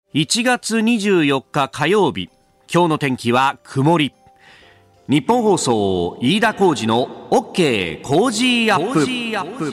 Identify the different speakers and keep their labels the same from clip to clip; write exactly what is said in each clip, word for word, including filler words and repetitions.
Speaker 1: いちがつにじゅうよっか火曜日、今日の天気は曇り。日本放送飯田浩司の OK 工事アップ。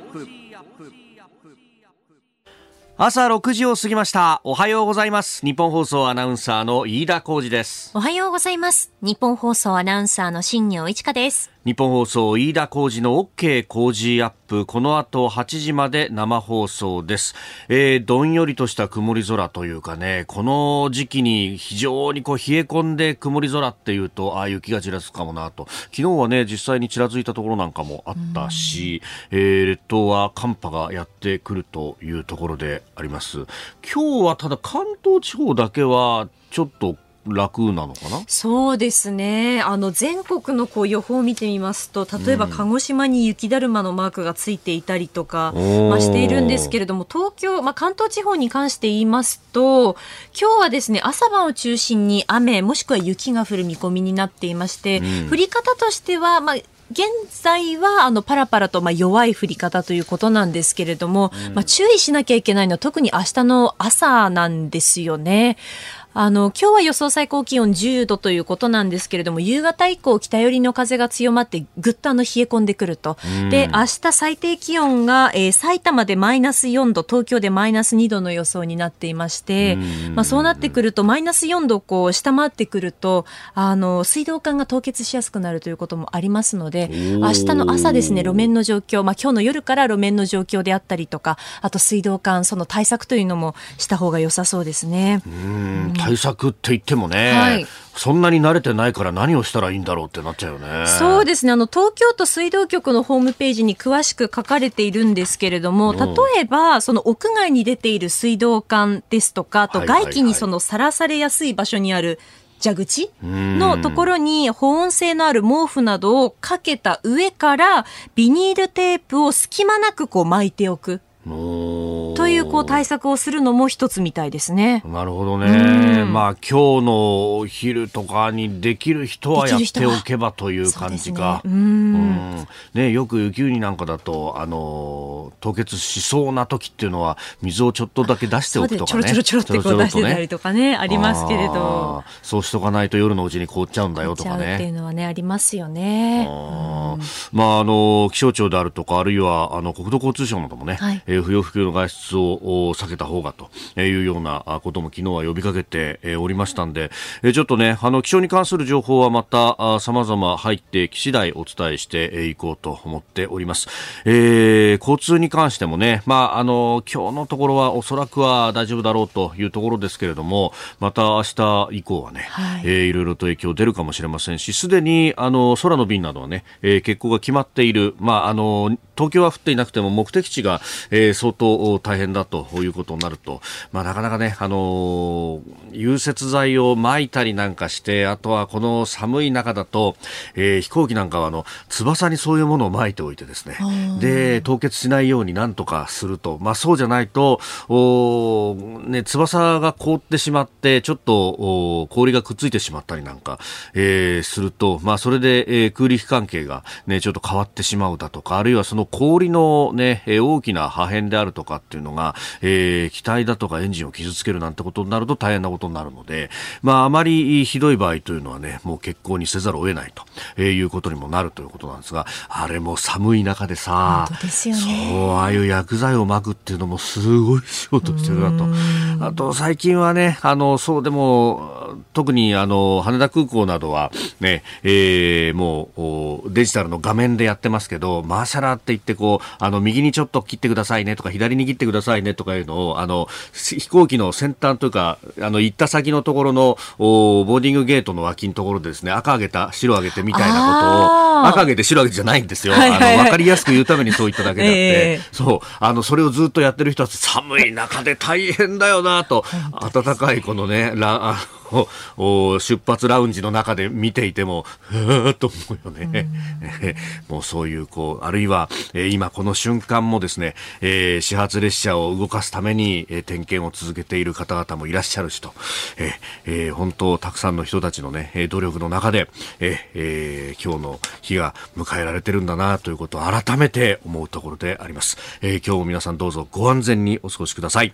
Speaker 1: 朝ろくじを過ぎました。おはようございます。日本放送アナウンサーの飯田浩司です。
Speaker 2: おはようございます。日本放送アナウンサーの新業一華です。
Speaker 1: 日本放送飯田浩司の OK 工事アップ、この後はちじまで生放送です。えー、どんよりとした曇り空というかね、この時期に非常にこう冷え込んで曇り空っていうと、ああ雪がちらつくかもなと。昨日はね実際にちらついたところなんかもあったし、えー、列島は寒波がやってくるというところであります。今日はただ関東地方だけはちょっと楽なのかな。
Speaker 2: そうですね。あの全国のこう予報を見てみますと、例えば鹿児島に雪だるまのマークがついていたりとか、まあ、しているんですけれども、東京、まあ、関東地方に関して言いますと、今日はですね朝晩を中心に雨もしくは雪が降る見込みになっていまして、うん、降り方としては、まあ現在はあのパラパラとまあ弱い降り方ということなんですけれども、うんまあ、注意しなきゃいけないのは特に明日の朝なんですよね。あの今日は予想最高気温じゅうどということなんですけれども、夕方以降北寄りの風が強まってぐっとあの冷え込んでくると。で明日最低気温が、えー、埼玉でマイナスよんど、東京でマイナスにどの予想になっていまして、まあ、そうなってくるとマイナスよんどをこう下回ってくると、あの水道管が凍結しやすくなるということもありますので、明日の朝ですね路面の状況、まあ、今日の夜から路面の状況であったりとか、あと水道管その対策というのもした方が良さそうですね。
Speaker 1: うーん対策って言ってもね、はい、そんなに慣れてないから何をしたらいいんだろうってなっちゃうよね。
Speaker 2: そうですね。あの東京都水道局のホームページに詳しく書かれているんですけれども、例えばその屋外に出ている水道管ですとか、あと外気にそのさらされやすい場所にある蛇口のところに保温性のある毛布などをかけた上からビニールテープを隙間なくこう巻いておくというこう対策をするのも一つみたいですね。
Speaker 1: なるほどね。まあ今日のお昼とかにできる人はやっておけばという感じか。う、ね、うんね、よく雪国なんかだとあの凍結しそうな時っていうのは水をちょっとだけ出しておくとかね、
Speaker 2: ちょろちょろちょろってこう出してたりとかね、ありますけれど、
Speaker 1: そうしとかないと夜のうちに凍っちゃうんだよとかね、凍っちゃう
Speaker 2: っていうのはねありますよね。
Speaker 1: あ、まあ、あの気象庁であるとか、あるいはあの国土交通省などもね、はい、えー、不要不急の外出を避けた方がというようなことも昨日は呼びかけておりましたんで、ちょっとねあの気象に関する情報はまた様々入ってき次第お伝えしていこうと思っております。えー、交通に関してもね、まあ、あの今日のところはおそらくは大丈夫だろうというところですけれども、また明日以降はね、はい、えー、いろいろと影響出るかもしれませんし、すでにあの空の便などはね、えー、欠航が決まっている、まあ、あの東京は降っていなくても目的地が、えー、相当大変だということになると、まあ、なかなかね、あのー、融雪剤を撒いたりなんかして、あとはこの寒い中だと、えー、飛行機なんかはあの翼にそういうものを撒いておいてですね、で凍結しないようになんとかすると、まあ、そうじゃないとお、ね、翼が凍ってしまってちょっと氷がくっついてしまったりなんか、えー、すると、まあ、それで、えー、空力関係が、ね、ちょっと変わってしまうだとか、あるいはその氷の、ね、大きな破片であるとかっていうのが、えー、機体だとかエンジンを傷つけるなんてことになると大変なことになるので、まあ、あまりひどい場合というのはねもう欠航にせざるを得ないと、えー、いうことにもなるということなんですが、あれも寒い中でさ、
Speaker 2: 本当ですよね、
Speaker 1: そうああいう薬剤をまくっていうのもすごい仕事してるなと。あと最近はねあのそうでも特にあの羽田空港などはね、えー、もうデジタルの画面でやってますけど、マーシャラーって言ってこうあの右にちょっと切ってくださいねとか左に切ってくださいねとかいうのをあの飛行機の先端というかあの行った先のところのボーディングゲートの脇のところでですね、赤上げた白上げてみたいなことを、赤上げて白上げてじゃないんですよ、はいはいはい、あの分かりやすく言うためにそういっただけであって、えー、そうあのそれをずっとやってる人は寒い中で大変だよなと、暖かいこのねラあの出発ラウンジの中で見ていてもふーっと思うよね、うん、もうそういうこうあるいは、えー、今この瞬間もですね、えー、始発列車を動かすために、えー、点検を続けている方々もいらっしゃるしと、えーえー、本当たくさんの人たちのね努力の中で、えーえー、今日の日が迎えられてるんだなということを改めて思うところであります。えー、今日も皆さんどうぞご安全にお過ごしください。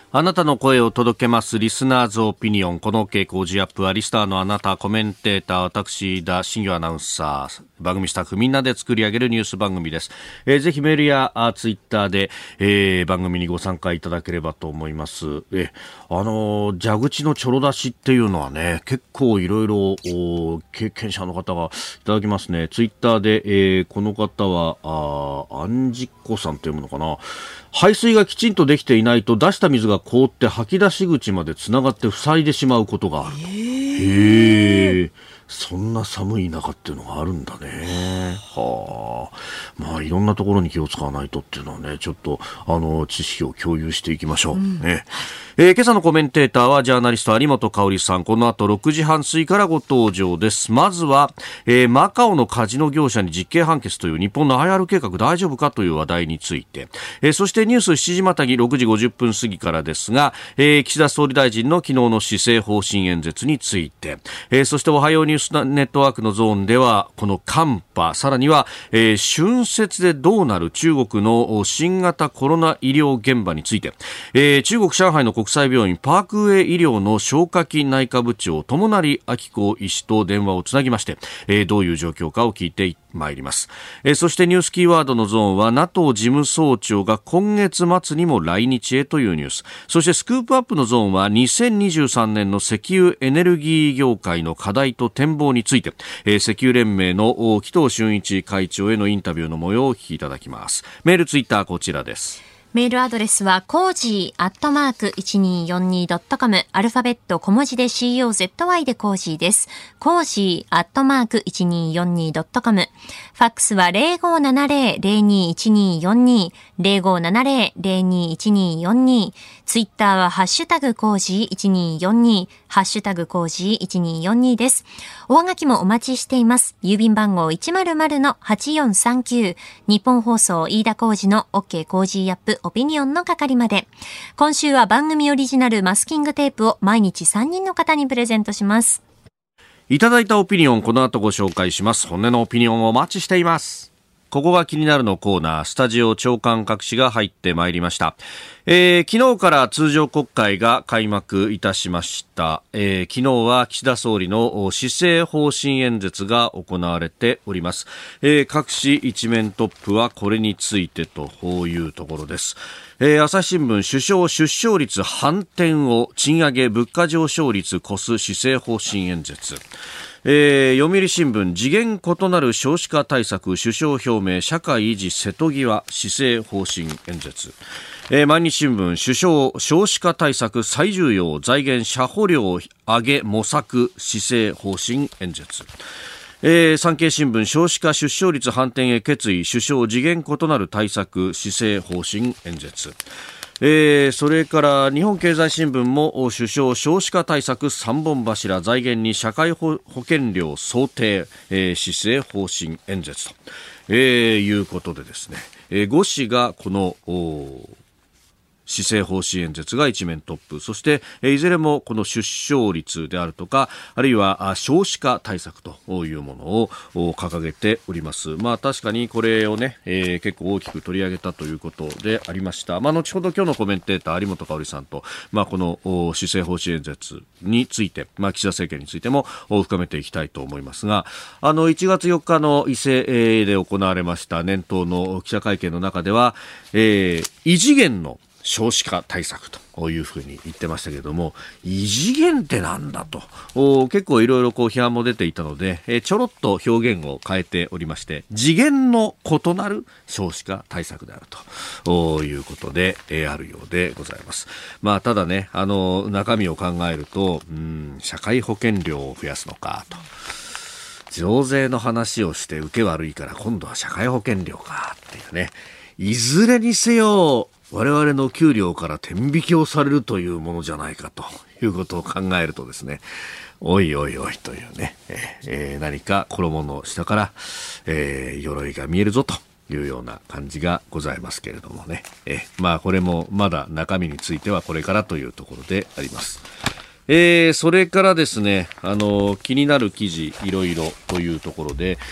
Speaker 1: あなたの声を届けますリスナーズオピニオン。この OK 工事アップはリスターのあなた、コメンテーター私田新業アナウンサー、番組スタッフみんなで作り上げるニュース番組です。えー、ぜひメールやあツイッターで、えー、番組にご参加いただければと思います。えあのー、蛇口のちょろ出しっていうのはね、結構いろいろ経験者の方がいただきますね。ツイッターで、えー、この方はあアンジッコさんというものかな。排水がきちんとできていないと出した水が凍って吐き出し口までつながって塞いでしまうことがあると。へー、そんな寒い中っていうのがあるんだね。はあ、まあいろんなところに気を使わないとっていうのはね、ちょっとあの知識を共有していきましょう、うんね。えー、今朝のコメンテーターはジャーナリスト有本香里さん。この後ろくじはん過ぎからご登場です。まずは、えー、マカオのカジノ業者に実刑判決という日本の アイアール 計画大丈夫かという話題について、えー、そしてニュースしちじまたぎろくじごじゅっぷん過ぎからですが、えー、岸田総理大臣の昨日の施政方針演説について、えー、そしておはようニュースネットワークのゾーンではこの寒波、さらには、えー、春節でどうなる中国の新型コロナ医療現場について、えー、中国上海の国際病院パークウェイ医療の消化器内科部長友成明子医師と電話をつなぎまして、えー、どういう状況かを聞いてまいります。えー、そしてニュースキーワードのゾーンは ナトー 事務総長が今月末にも来日へというニュース。そしてスクープアップのゾーンはにせんにじゅうさんねんの石油エネルギー業界の課題と展望について、えー、石油連盟の紀藤俊一会長へのインタビューの模様をお聞きいただきます。メールツイッターこちらです。
Speaker 2: メールアドレスはコージーアットマーク いちにーよんにードットコム、 アルファベット小文字で シーオーゼットワイ でコージーです。コージーアットマーク いちにーよんにードットコム、 ファックスは ゼロごーななゼロ ゼロにーいちにーよんにー ゼロごーななゼロ ゼロにーいちにーよんにー、ツイッターはハッシュタグコージーいちにーよんにー、ハッシュタグコージーいちにーよんにーです。おはがきもお待ちしています。郵便番号 いちまるまるのはちよんさんきゅう、日本放送飯田浩司の OK コージーアップオピニオンの係まで。今週は番組オリジナルマスキングテープを毎日さんにんの方にプレゼントします。
Speaker 1: いただいたオピニオン、この後ご紹介します。本音のオピニオンをお待ちしています。ここが気になるのコーナー、スタジオ長官各紙が入ってまいりました。えー、昨日から通常国会が開幕いたしました。えー、昨日は岸田総理の施政方針演説が行われております。えー、各紙一面トップはこれについてというところです。えー、朝日新聞、首相出生率反転を賃上げ物価上昇率越す施政方針演説。えー、読売新聞、次元異なる少子化対策首相表明、社会維持瀬戸際施政方針演説。えー、毎日新聞、首相少子化対策最重要、財源社保料上げ模索施政方針演説。えー、産経新聞、少子化出生率反転へ決意、首相次元異なる対策施政方針演説。えー、それから日本経済新聞も首相少子化対策さんぼん柱、財源に社会保険料想定、えー、施政方針演説と、えー、いうことでですね、えー、ご紙がこの施政方針演説が一面トップ、そしていずれもこの出生率であるとか、あるいは少子化対策というものを掲げております。まあ確かにこれをね、えー、結構大きく取り上げたということでありました。まあ後ほど今日のコメンテーター有本香里さんと、まあこの施政方針演説について、まあ岸田政権についても深めていきたいと思いますが、あのいちがつよっかの伊勢で行われました年頭の記者会見の中では、えー、異次元の少子化対策というふうに言ってましたけれども、異次元ってなんだと結構いろいろこう批判も出ていたので、えちょろっと表現を変えておりまして、次元の異なる少子化対策であるということで、えあるようでございます。まあただね、あの中身を考えると、うん、社会保険料を増やすのかと、増税の話をして受け悪いから今度は社会保険料かっていうね、いずれにせよ我々の給料から天引きをされるというものじゃないかということを考えるとですね、おいおいおいというね、えー、何か衣の下から、えー、鎧が見えるぞというような感じがございますけれどもね、えー、まあこれもまだ中身についてはこれからというところであります。えー、それからですね、あの気になる記事いろいろというところで、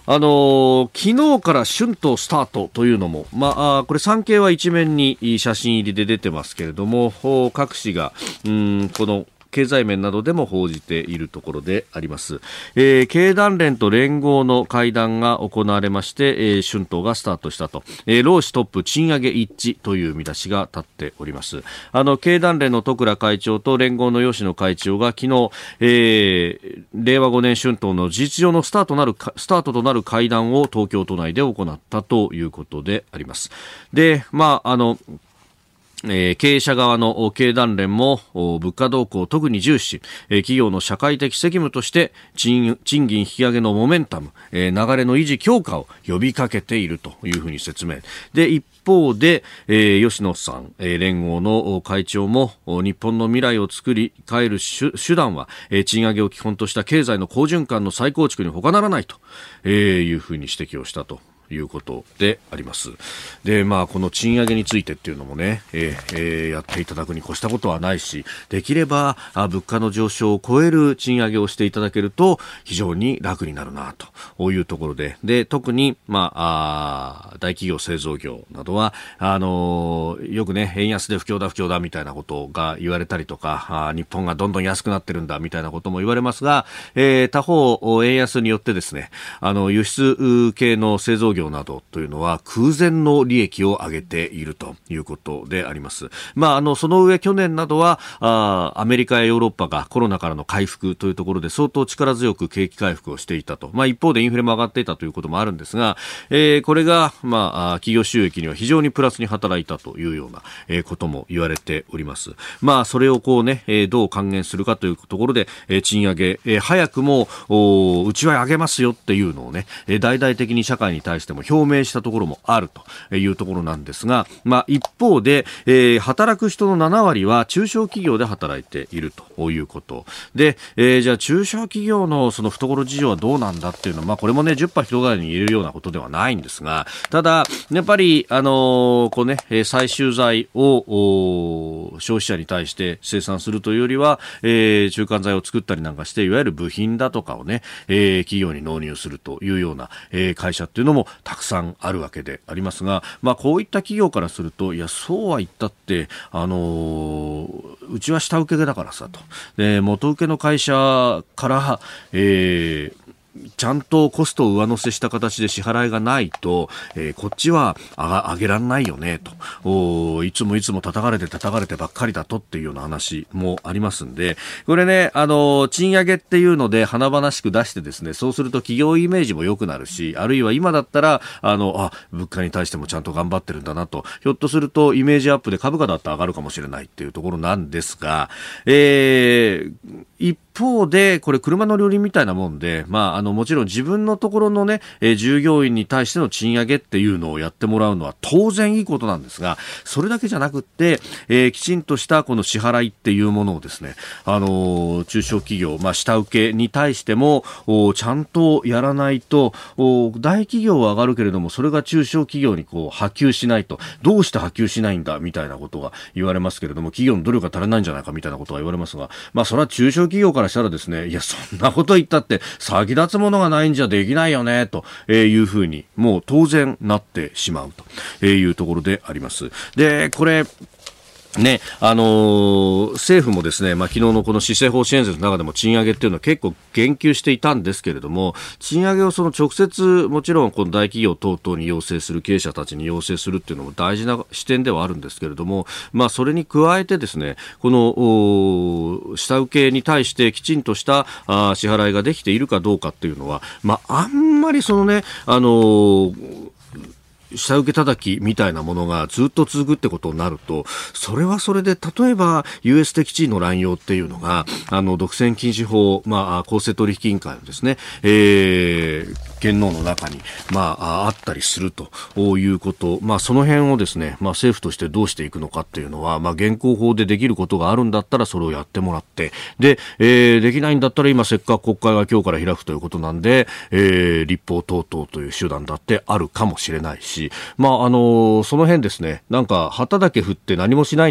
Speaker 1: あのー、昨日から春闘スタートというのも、まあ、あこれ産経は一面に写真入りで出てますけれども、各紙がうんこの経済面などでも報じているところであります。えー、経団連と連合の会談が行われまして、えー、春闘がスタートしたと、えー、労使トップ賃上げ一致という見出しが立っております。あの経団連の十倉会長と連合の吉野会長が昨日、えー、令和ごねん春闘の事実上のスタートなるスタートとなる会談を東京都内で行ったということであります。で、まああのえー、経営者側の経団連も物価動向を特に重視し、えー、企業の社会的責務として賃、賃金引き上げのモメンタム、えー、流れの維持強化を呼びかけているというふうに説明で、一方で、えー、吉野さん、えー、連合の会長も日本の未来を作り変える手段は、えー、賃上げを基本とした経済の好循環の再構築に他ならないと、えー、いうふうに指摘をしたということであります。で、まあこの賃上げについてっていうのもね、えーえー、やっていただくに越したことはないし、できればあ物価の上昇を超える賃上げをしていただけると非常に楽になるなというところで、で特にまあ、あ大企業製造業などはあのー、よくね円安で不況だ不況だみたいなことが言われたりとか、あ日本がどんどん安くなってるんだみたいなことも言われますが、えー、他方円安によってですね、あの輸出系の製造業などというのは空前の利益を上げているということであります。まあ、あのその上去年などはあアメリカやヨーロッパがコロナからの回復というところで相当力強く景気回復をしていたと、まあ、一方でインフレも上がっていたということもあるんですが、えー、これが、まあ、企業収益には非常にプラスに働いたというような、えー、ことも言われております。まあ、それをこうね、えー、どう還元するかというところで、えー、賃上げ、えー、早くもうちは上げますよっていうのをね、えー、大々的に社会に対しても表明したところもあるというところなんですが、まあ、一方で、えー、働く人のななわりは中小企業で働いているということで、えー、じゃあ中小企業のその懐事情はどうなんだっていうのは、まあ、これもねじゅっパーセント広がりに言えるようなことではないんですが、ただやっぱりあのー、こうね最終材を消費者に対して生産するというよりは、えー、中間材を作ったりなんかしていわゆる部品だとかをね、えー、企業に納入するというような、えー、会社っていうのもたくさんあるわけでありますが、まあ、こういった企業からするといやそうは言ったってあのー、うちは下請けだからさと、で元請けの会社から、えーちゃんとコストを上乗せした形で支払いがないと、えー、こっちは上げられないよねと、おいつもいつも叩かれて叩かれてばっかりだとっていうような話もありますんで、これね、あの賃上げっていうので華々しく出してですね、そうすると企業イメージも良くなるし、あるいは今だったらあのあ物価に対してもちゃんと頑張ってるんだなと、ひょっとするとイメージアップで株価だって上がるかもしれないっていうところなんですが、えー、一方でこれ車の両輪みたいなもんで、まあ、あのもちろん自分のところのね、えー、従業員に対しての賃上げっていうのをやってもらうのは当然いいことなんですが、それだけじゃなくって、えー、きちんとしたこの支払いっていうものをですね、あのー、中小企業、まあ、下請けに対してもちゃんとやらないと、大企業は上がるけれどもそれが中小企業にこう波及しないと、どうして波及しないんだみたいなことが言われますけれども、企業の努力が足らないんじゃないかみたいなことが言われますが、まあ、それは中小企業からしたらですね、いやそんなこと言ったって先立つものがないんじゃできないよねというふうにもう当然なってしまうというところであります。でこれね、あのー、政府もですね、まあ、昨日のこの施政方針演説の中でも賃上げっていうのは結構言及していたんですけれども、賃上げをその直接もちろんこの大企業等々に要請する、経営者たちに要請するっていうのも大事な視点ではあるんですけれども、まあ、それに加えてですね、この下請けに対してきちんとしたあ支払いができているかどうかっていうのは、まあ、あんまりそのね、あのー下請け叩きみたいなものがずっと続くってことになると、それはそれで例えば ユーエス 的地位の乱用っていうのがあの独占禁止法、まあ、公正取引委員会のですね、えー、権能の中に、まあ、あったりするということ、まあ、その辺をですね、まあ、政府としてどうしていくのかっていうのは、まあ、現行法でできることがあるんだったらそれをやってもらって、で、えー、できないんだったら今せっかく国会が今日から開くということなんで、えー、立法等々という手段だってあるかもしれないし、まああのー、その辺ですね、なんか旗だけ振って何もしないのかいっ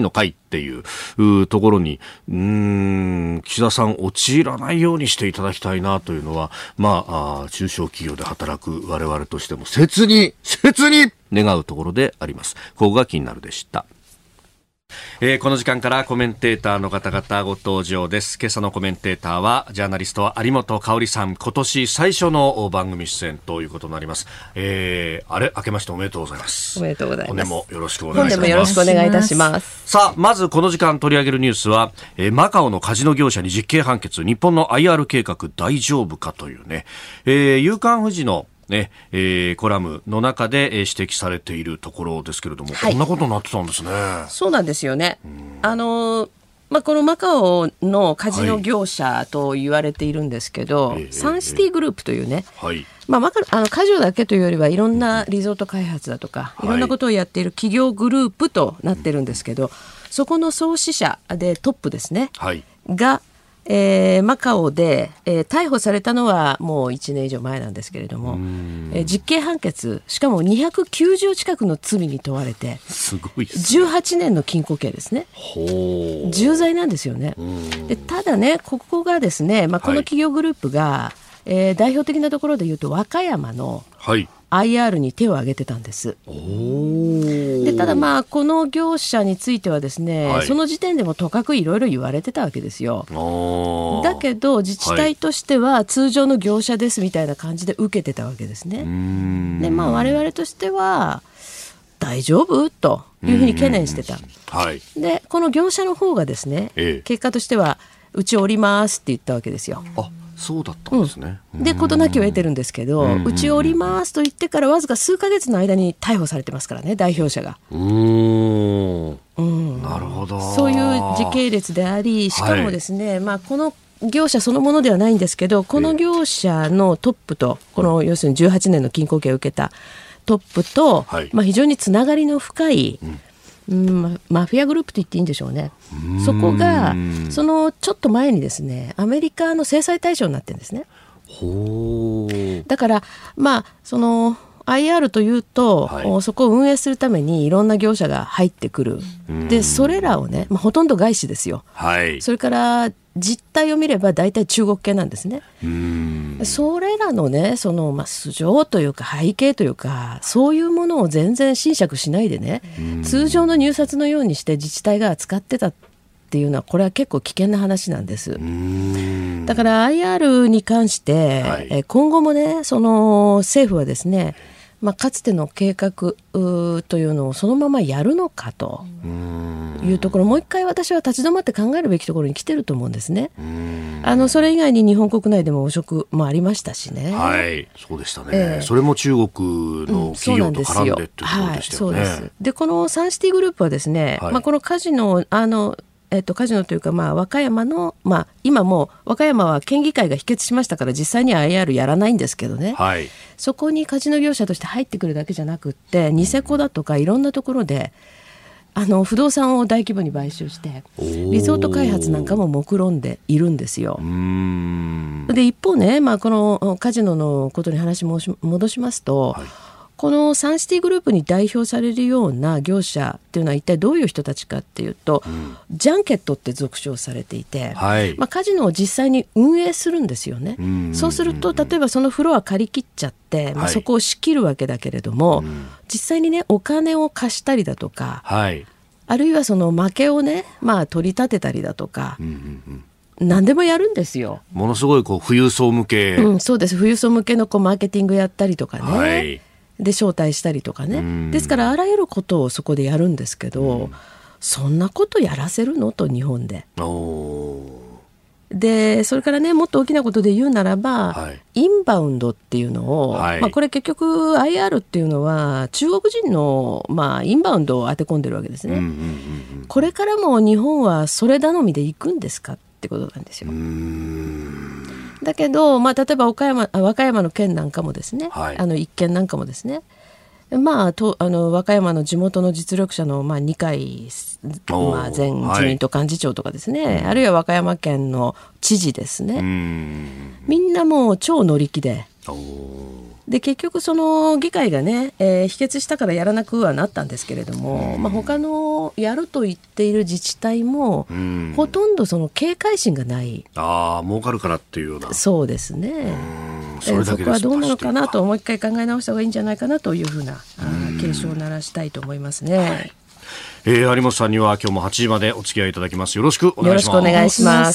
Speaker 1: っていうところにうーん岸田さん陥らないようにしていただきたいなというのは、まあ、あ中小企業で働く我々としても切に切に願うところであります。ここが気になるでした。えー、この時間からコメンテーターの方々ご登場です。今朝のコメンテーターはジャーナリストは有本香里さん、今年最初の番組出演ということになります。えー、あれ明けましておめでとうございます。
Speaker 3: おめでとうございます。
Speaker 1: 本年もよろしくお願いします。
Speaker 3: 本年もよろしくお願いいたします。
Speaker 1: さあ、まずこの時間取り上げるニュースは、えー、マカオのカジノ業者に実刑判決、日本の アイアール 計画大丈夫かというね、えー、夕刊フジのねえー、コラムの中で指摘されているところですけれども、はい、こんなことになってたんですね。
Speaker 3: そうなんですよね。あの、まあ、このマカオのカジノ業者と言われているんですけど、はい、サンシティグループというね、はい、まあ、マカあのカジノだけというよりはいろんなリゾート開発だとか、うん、いろんなことをやっている企業グループとなってるんですけど、はい、そこの創始者でトップですね、はい、がえー、マカオで、えー、逮捕されたのはもういちねん以上前なんですけれども、えー、実刑判決、しかもにひゃくきゅうじゅう近くの罪に問われて、
Speaker 1: すごいっすね、
Speaker 3: じゅうはちねんの禁錮刑ですね。
Speaker 1: ほう、
Speaker 3: 重罪なんですよね。でただね、ここがですね、まあ、この企業グループが、はい、えー、代表的なところでいうと和歌山の、はい、アイアール に手を挙げてたんです。
Speaker 1: お
Speaker 3: でただまあこの業者についてはですね、はい、その時点でもとかくいろいろ言われてたわけですよ。だけど自治体としては通常の業者ですみたいな感じで受けてたわけですね。でまあ我々としては大丈夫というふうに懸念してた。はい、でこの業者の方がですね、ええ、結果としてはうち降りますって言ったわけですよ。
Speaker 1: あ、そうだったんですね。
Speaker 3: うん、で事なきを得てるんですけど、うち降りますと言ってからわずか数ヶ月の間に逮捕されてますからね、代表者が。
Speaker 1: うーん、うん、なるほど。
Speaker 3: そういう時系列であり、しかもですね、はい、まあ、この業者そのものではないんですけど、この業者のトップとこの要するにじゅうはちねんの禁錮刑を受けたトップと、はい、まあ、非常につながりの深い、うんうん、マフィアグループと言っていいんでしょうね。そこがそのちょっと前にですね、アメリカの制裁対象になってるんですね。
Speaker 1: ほー。
Speaker 3: だからまあその アイアール というと、はい、そこを運営するためにいろんな業者が入ってくる。でそれらをね、まあ、ほとんど外資ですよ。はい、それから実態を見れば大体中国系なんですね。うーん、それらのね、その、まあ、素性というか背景というか、そういうものを全然斟酌しないでね、通常の入札のようにして自治体が扱ってたっていうのは、これは結構危険な話なんです。うーん、だから アイアール に関して、はい、え今後もね、その政府はですね、まあ、かつての計画というのをそのままやるのかというところ、もう一回私は立ち止まって考えるべきところに来てると思うんですね。あのそれ以外に日本国内でも汚職もありましたしね。
Speaker 1: はい、そうでしたね。えー、それも中国の企業と絡んでっていうところでしたよね。はい、そうです。でこのサンシティグループはですね、はい、まあ、このカジノあのえっと、カジノというか、まあ、和歌山の、まあ、今も和歌山は県議会が否決しましたから実際には アイアール やらないんですけどね、はい、そこにカジノ業者として入ってくるだけじゃなくってニセコだとかいろんなところであの不動産を大規模に買収してリゾート開発なんかも目論んでいるんですよ。うーん、で一方ね、まあ、このカジノのことに話を戻しますと、はい、このサンシティグループに代表されるような業者っていうのは一体どういう人たちかっていうと、うん、ジャンケットって俗称されていて、はい、まあ、カジノを実際に運営するんですよね。うん、そうすると例えばそのフロア借り切っちゃって、まあ、そこを仕切るわけだけれども、はい、実際にねお金を貸したりだとか、はい、あるいはその負けをね、まあ、取り立てたりだとか、うんうんうん、何でもやるんですよ。 ものすごいこう富裕層向け、
Speaker 3: うん、そうです。富裕層向けのこうマーケティングやったりとかね、はい、で招待したりとかね、ですからあらゆることをそこでやるんですけど、そんなことやらせるのと日本で。おでそれからね、もっと大きなことで言うならば、はい、インバウンドっていうのを、はい、まあ、これ結局 アイアール っていうのは中国人の、まあ、インバウンドを当て込んでるわけですね。うんうんうんうん、これからも日本はそれ頼みで行くんですかってことなんですよ。うーん、だけど、まあ、例えば岡山和歌山の県なんかもですね、はい、あの一県なんかもですね、まあ、とあの和歌山の地元の実力者の、まあ、二階、まあ、前自民党幹事長とかですね、はい、あるいは和歌山県の知事ですね、うん、みんなもう超乗り気で、 で結局その議会がね、えー、否決したからやらなくはなったんですけれども、まあ、他のやると言っている自治体もほとんどその警戒心がない。
Speaker 1: ああ、儲かるからっていうような。
Speaker 3: そうですね。そ, れだけそこはどうなのかなともう一回考え直した方がいいんじゃないかなというふうな警鐘を鳴らしたいと思いますね。はい、
Speaker 1: えー、有本さんには今日もはちじまでお付き合いいただきます。よろしくお願いします。
Speaker 3: よろしくお願いします。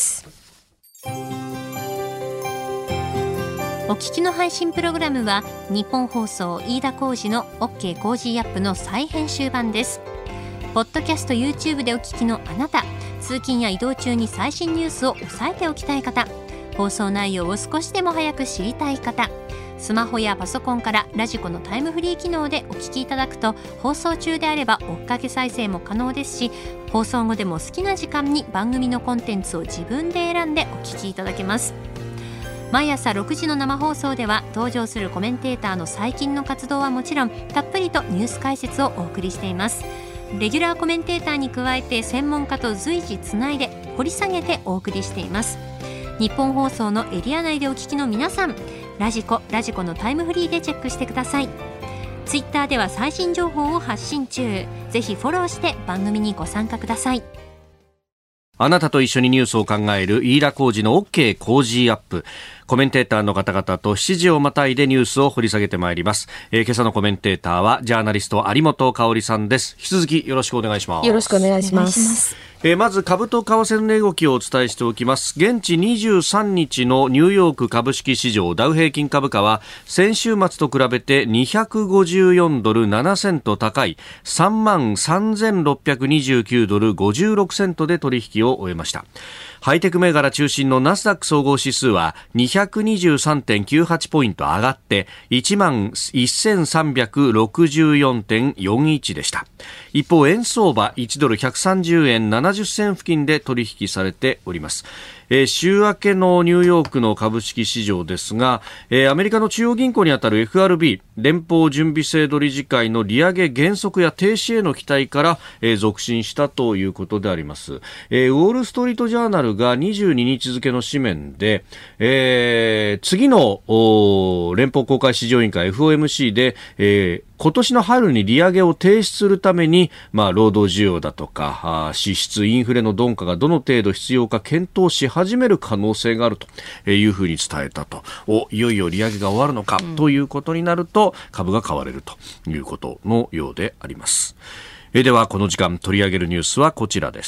Speaker 2: お聞きの配信プログラムは日本放送飯田浩司の OK コージーアップの再編集版です。ポッドキャスト YouTube でお聞きのあなた、通勤や移動中に最新ニュースを押さえておきたい方、放送内容を少しでも早く知りたい方、スマホやパソコンからラジコのタイムフリー機能でお聞きいただくと、放送中であれば追っかけ再生も可能ですし、放送後でも好きな時間に番組のコンテンツを自分で選んでお聞きいただけます。毎朝ろくじの生放送では登場するコメンテーターの最近の活動はもちろん、たっぷりとニュース解説をお送りしています。レギュラーコメンテーターに加えて専門家と随時つないで掘り下げてお送りしています。日本放送のエリア内でお聞きの皆さん、ラジコ、ラジコのタイムフリーでチェックしてください。ツイッターでは最新情報を発信中。ぜひフォローして番組にご参加ください。
Speaker 1: あなたと一緒にニュースを考える飯田浩司の OK コージーアップ。コメンテーターの方々としちじをまたいでニュースを掘り下げてまいります。えー、今朝のコメンテーターはジャーナリスト有本香里さんです。引き続きよろしくお願いします。
Speaker 3: よろしくお願いします。
Speaker 1: えー、まず株と為替の値動きをお伝えしておきます。現地にじゅうさんにちのニューヨーク株式市場ダウ平均株価は先週末と比べてにひゃくごじゅうよんドルななセント高い さんまんさんぜんろっぴゃくにじゅうきゅうドルごじゅうろくセントで取引を終えました。ハイテク銘柄中心のナスダック総合指数は にひゃくにじゅうさんてんきゅうはち ポイント上がって いちまんせんさんびゃくろくじゅうよんてんよんいち でした。一方、円相場いちドルひゃくさんじゅうえんななじゅっせん付近で取引されております。えー、週明けのニューヨークの株式市場ですが、えー、アメリカの中央銀行にあたる エフアールビー 連邦準備制度理事会の利上げ減速や停止への期待から、えー、続伸したということであります。えー、ウォールストリートジャーナルがにじゅうににち付の紙面で、えー、次の連邦公開市場委員会 エフオーエムシー で、えー今年の春に利上げを停止するために、まあ、労働需要だとか支出、インフレの鈍化がどの程度必要か検討し始める可能性があるというふうに伝えたと。お、いよいよ利上げが終わるのか、うん、ということになると株が買われるということのようであります。えではこの時間取り上げるニュースはこちらです。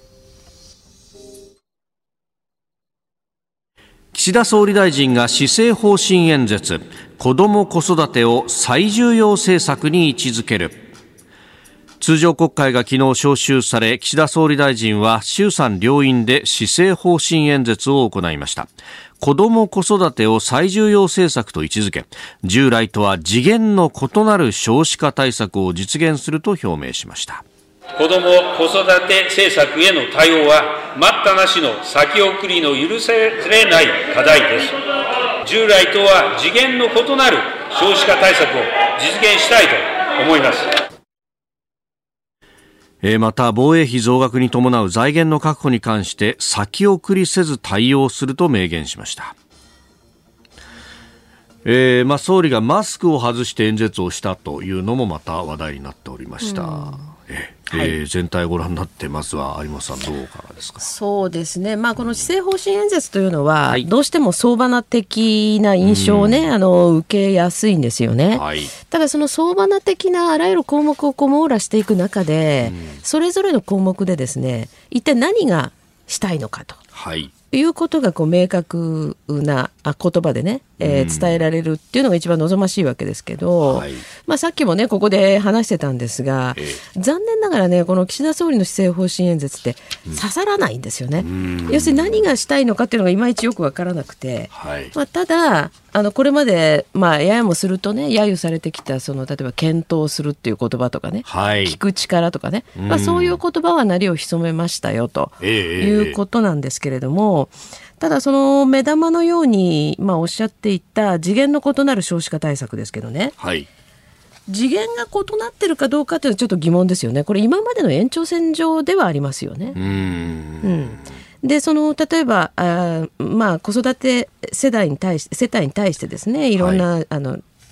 Speaker 1: 岸田総理大臣が施政方針演説、子ども子育てを最重要政策に位置づける。通常国会が昨日召集され、岸田総理大臣は衆参両院で施政方針演説を行いました。子ども子育てを最重要政策と位置づけ、従来とは次元の異なる少子化対策を実現すると表明しました。
Speaker 4: 子ども子育て政策への対応は待ったなしの先送りの許されない課題です。従来とは次元の異なる少子化対策を実現したいと思います。
Speaker 1: また防衛費増額に伴う財源の確保に関して先送りせず対応すると明言しました。えーまあ、総理がマスクを外して演説をしたというのもまた話題になっておりました。えーはい、えー、全体をご覧になってまずは有本さんどうかがですか。
Speaker 3: そうですね、まあ、この施政方針演説というのは、はい、どうしても相場な的な印象を、ね、あの受けやすいんですよね、はい、ただその相場な的なあらゆる項目をこう網羅していく中で、それぞれの項目でですね、一体何がしたいのかと、はい、いうことがこう明確な言葉でね、えー、伝えられるっていうのが一番望ましいわけですけど、はい、まあ、さっきもねここで話してたんですが、えー、残念ながらねこの岸田総理の施政方針演説って刺さらないんですよね、うん、要するに何がしたいのかっていうのがいまいちよくわからなくて、はい、まあ、ただあのこれまで、まあ、ややもするとね揶揄されてきたその例えば検討するっていう言葉とかね、はい、聞く力とかね、まあ、そういう言葉は鳴りを潜めましたよということなんですけれども、えーただその目玉のように、まあ、おっしゃっていた次元の異なる少子化対策ですけどね、はい、次元が異なってるかどうかというのはちょっと疑問ですよね。これ今までの延長線上ではありますよね。うーん、うん、でその例えばあ、まあ、子育て世代に対し世帯に対してですねいろんな、はい、あの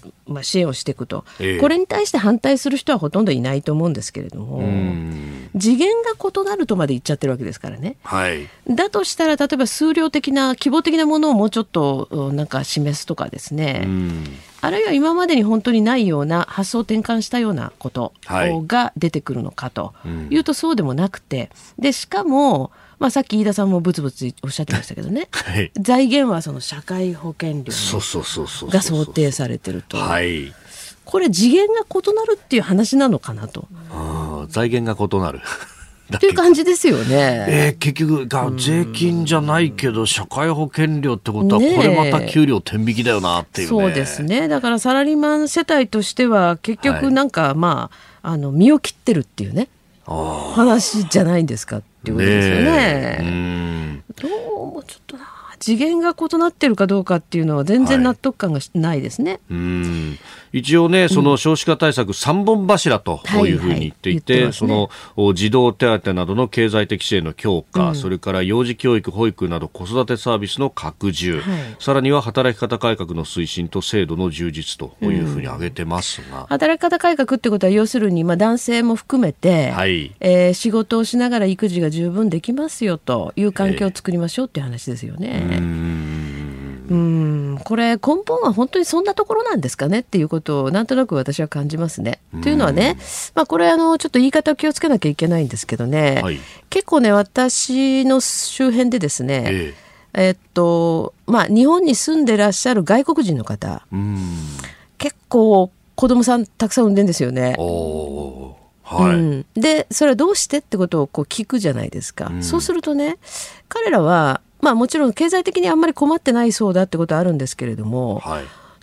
Speaker 3: まあ、支援をしていくと、えー、これに対して反対する人はほとんどいないと思うんですけれども、うん次元が異なるとまで言っちゃってるわけですからね、はい、だとしたら例えば数量的な規模的なものをもうちょっとなんか示すとかですね、うんあるいは今までに本当にないような発想転換したようなことが出てくるのかというとそうでもなくて、でしかも、まあ、さっき飯田さんもブツブツおっしゃってましたけどね、はい、財源はその社会保険料が想定されてると、はいこれ次元が異なるっていう話なのかなと。
Speaker 1: あ財源が異なる
Speaker 3: っていう感じですよね、
Speaker 1: えー、結局が税金じゃないけど社会保険料ってことはこれまた給料天引きだよなっていうね。
Speaker 3: そうですね。だからサラリーマン世帯としては結局なんか、はい、まああの身を切ってるっていうね話じゃないんですかっていうことですよね。ねうんどうもちょっとな次元が異なってるかどうかっていうのは全然納得感がないですね、はい、うん
Speaker 1: 一応ねその少子化対策さんぼん柱というふうに言っていて、はいはいね、その児童手当などの経済的支援の強化、うん、それから幼児教育保育など子育てサービスの拡充、はい、さらには働き方改革の推進と制度の充実というふうに挙げてますが、うん、
Speaker 3: 働き方改革ってことは要するにまあ男性も含めて、はいえー、仕事をしながら育児が十分できますよという環境を作りましょうっていう話ですよね、えーうんうんこれ根本は本当にそんなところなんですかねっていうことをなんとなく私は感じますね。というのはね、まあ、これあのちょっと言い方を気をつけなきゃいけないんですけどね、はい、結構ね私の周辺でですね、えええっとまあ、日本に住んでらっしゃる外国人の方うん結構子供さんたくさん産んでるんですよね。おはいうん、でそれはどうしてってことをこう聞くじゃないですか、うん、そうするとね彼らはまあもちろん経済的にあんまり困ってないそうだってことはあるんですけれども、はい、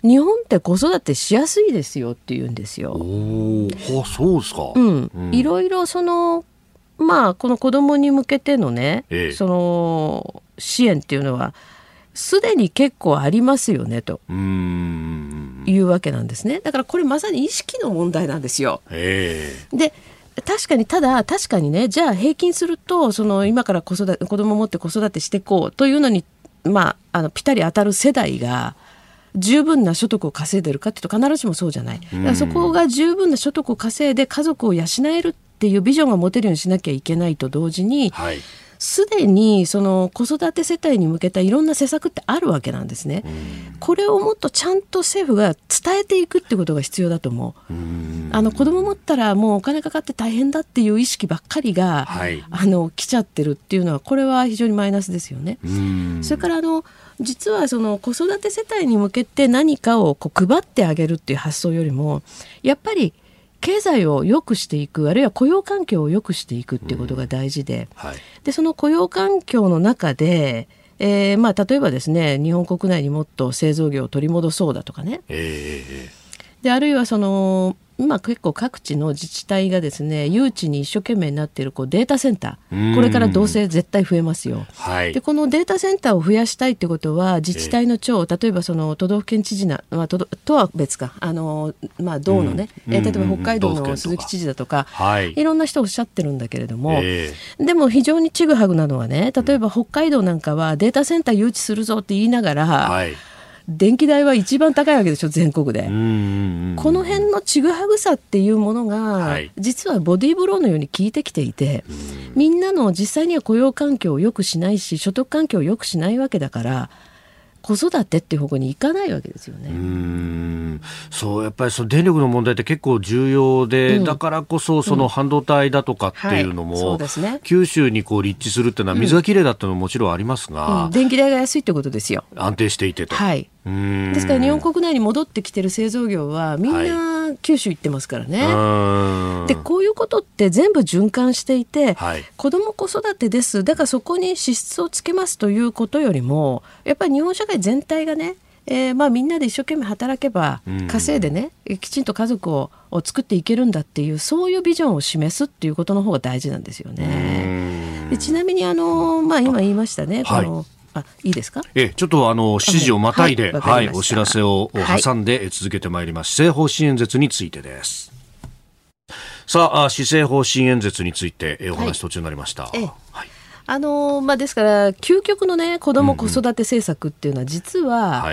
Speaker 3: 日本って子育てしやすいですよって言うんですよ。
Speaker 1: おあそうですか、
Speaker 3: うんうん、いろいろそのまあこの子供に向けてのね、ええ、その支援っていうのはすでに結構ありますよねとうーんいうわけなんですね。だからこれまさに意識の問題なんですよ、ええ、で確かにただ確かにねじゃあ平均するとその今から子育て子供を持って子育てしていこうというのに、まあ、あのピタリ当たる世代が十分な所得を稼いでるかっていうと必ずしもそうじゃない。だからそこが十分な所得を稼いで家族を養えるっていうビジョンが持てるようにしなきゃいけないと同時に、はいすでにその子育て世帯に向けたいろんな施策ってあるわけなんですね。これをもっとちゃんと政府が伝えていくってことが必要だと思う。あの子供持ったらもうお金かかって大変だっていう意識ばっかりが、はい、あの来ちゃってるっていうのはこれは非常にマイナスですよね。それからあの実はその子育て世帯に向けて何かをこう配ってあげるっていう発想よりもやっぱり経済を良くしていくあるいは雇用環境を良くしていくっていうことが大事 で,、うんはい、でその雇用環境の中で、えーまあ、例えばですね日本国内にもっと製造業を取り戻そうだとかね、えー、であるいはその今結構各地の自治体がですね誘致に一生懸命になっているこうデータセンターこれからどうせ絶対増えますよ、はい、でこのデータセンターを増やしたいってことは自治体の長、えー、例えばその都道府県知事な、まあ、と, とは別かあの、まあ、道のね、うんえー、例えば北海道の鈴木知事だとか、はい、いろんな人おっしゃってるんだけれども、えー、でも非常にちぐはぐなのはね例えば北海道なんかはデータセンター誘致するぞって言いながら、はい電気代は一番高いわけでしょ全国で。うんうんうんこの辺のちぐはぐさっていうものが、はい、実はボディーブローのように効いてきていてみんなの実際には雇用環境を良くしないし所得環境を良くしないわけだから子育てっていう方向に行かないわけですよね。うー
Speaker 1: んそうやっぱりその電力の問題って結構重要で、うん、だからこそその半導体だとかっていうのも、うんはいそうですね、九州にこう立地するっていうのは水がきれいだっていうのももちろんありますが、
Speaker 3: うん、電気代が安いってことですよ。
Speaker 1: 安定していてと、はい、うーん
Speaker 3: ですから日本国内に戻ってきてる製造業はみんな九州行ってますからね、はい、でこういうことって全部循環していて、はい、子ども子育てですだからそこに支出をつけますということよりもやっぱり日本社会全体がね、えーまあ、みんなで一生懸命働けば稼いでねきちんと家族を作っていけるんだっていうそういうビジョンを示すっていうことの方が大事なんですよね。でちなみにあの、まあ、今言いましたねこの、はいあいいですか
Speaker 1: えちょっとあのしちじをまたいで、はいはい、お知らせを挟んで続けてまいります、施政方針演説についてです。さあ施政方針演説についてお話途中になりました、はいはい
Speaker 3: あのまあ、ですから究極のね子ども子育て政策っていうのは実は、うんはい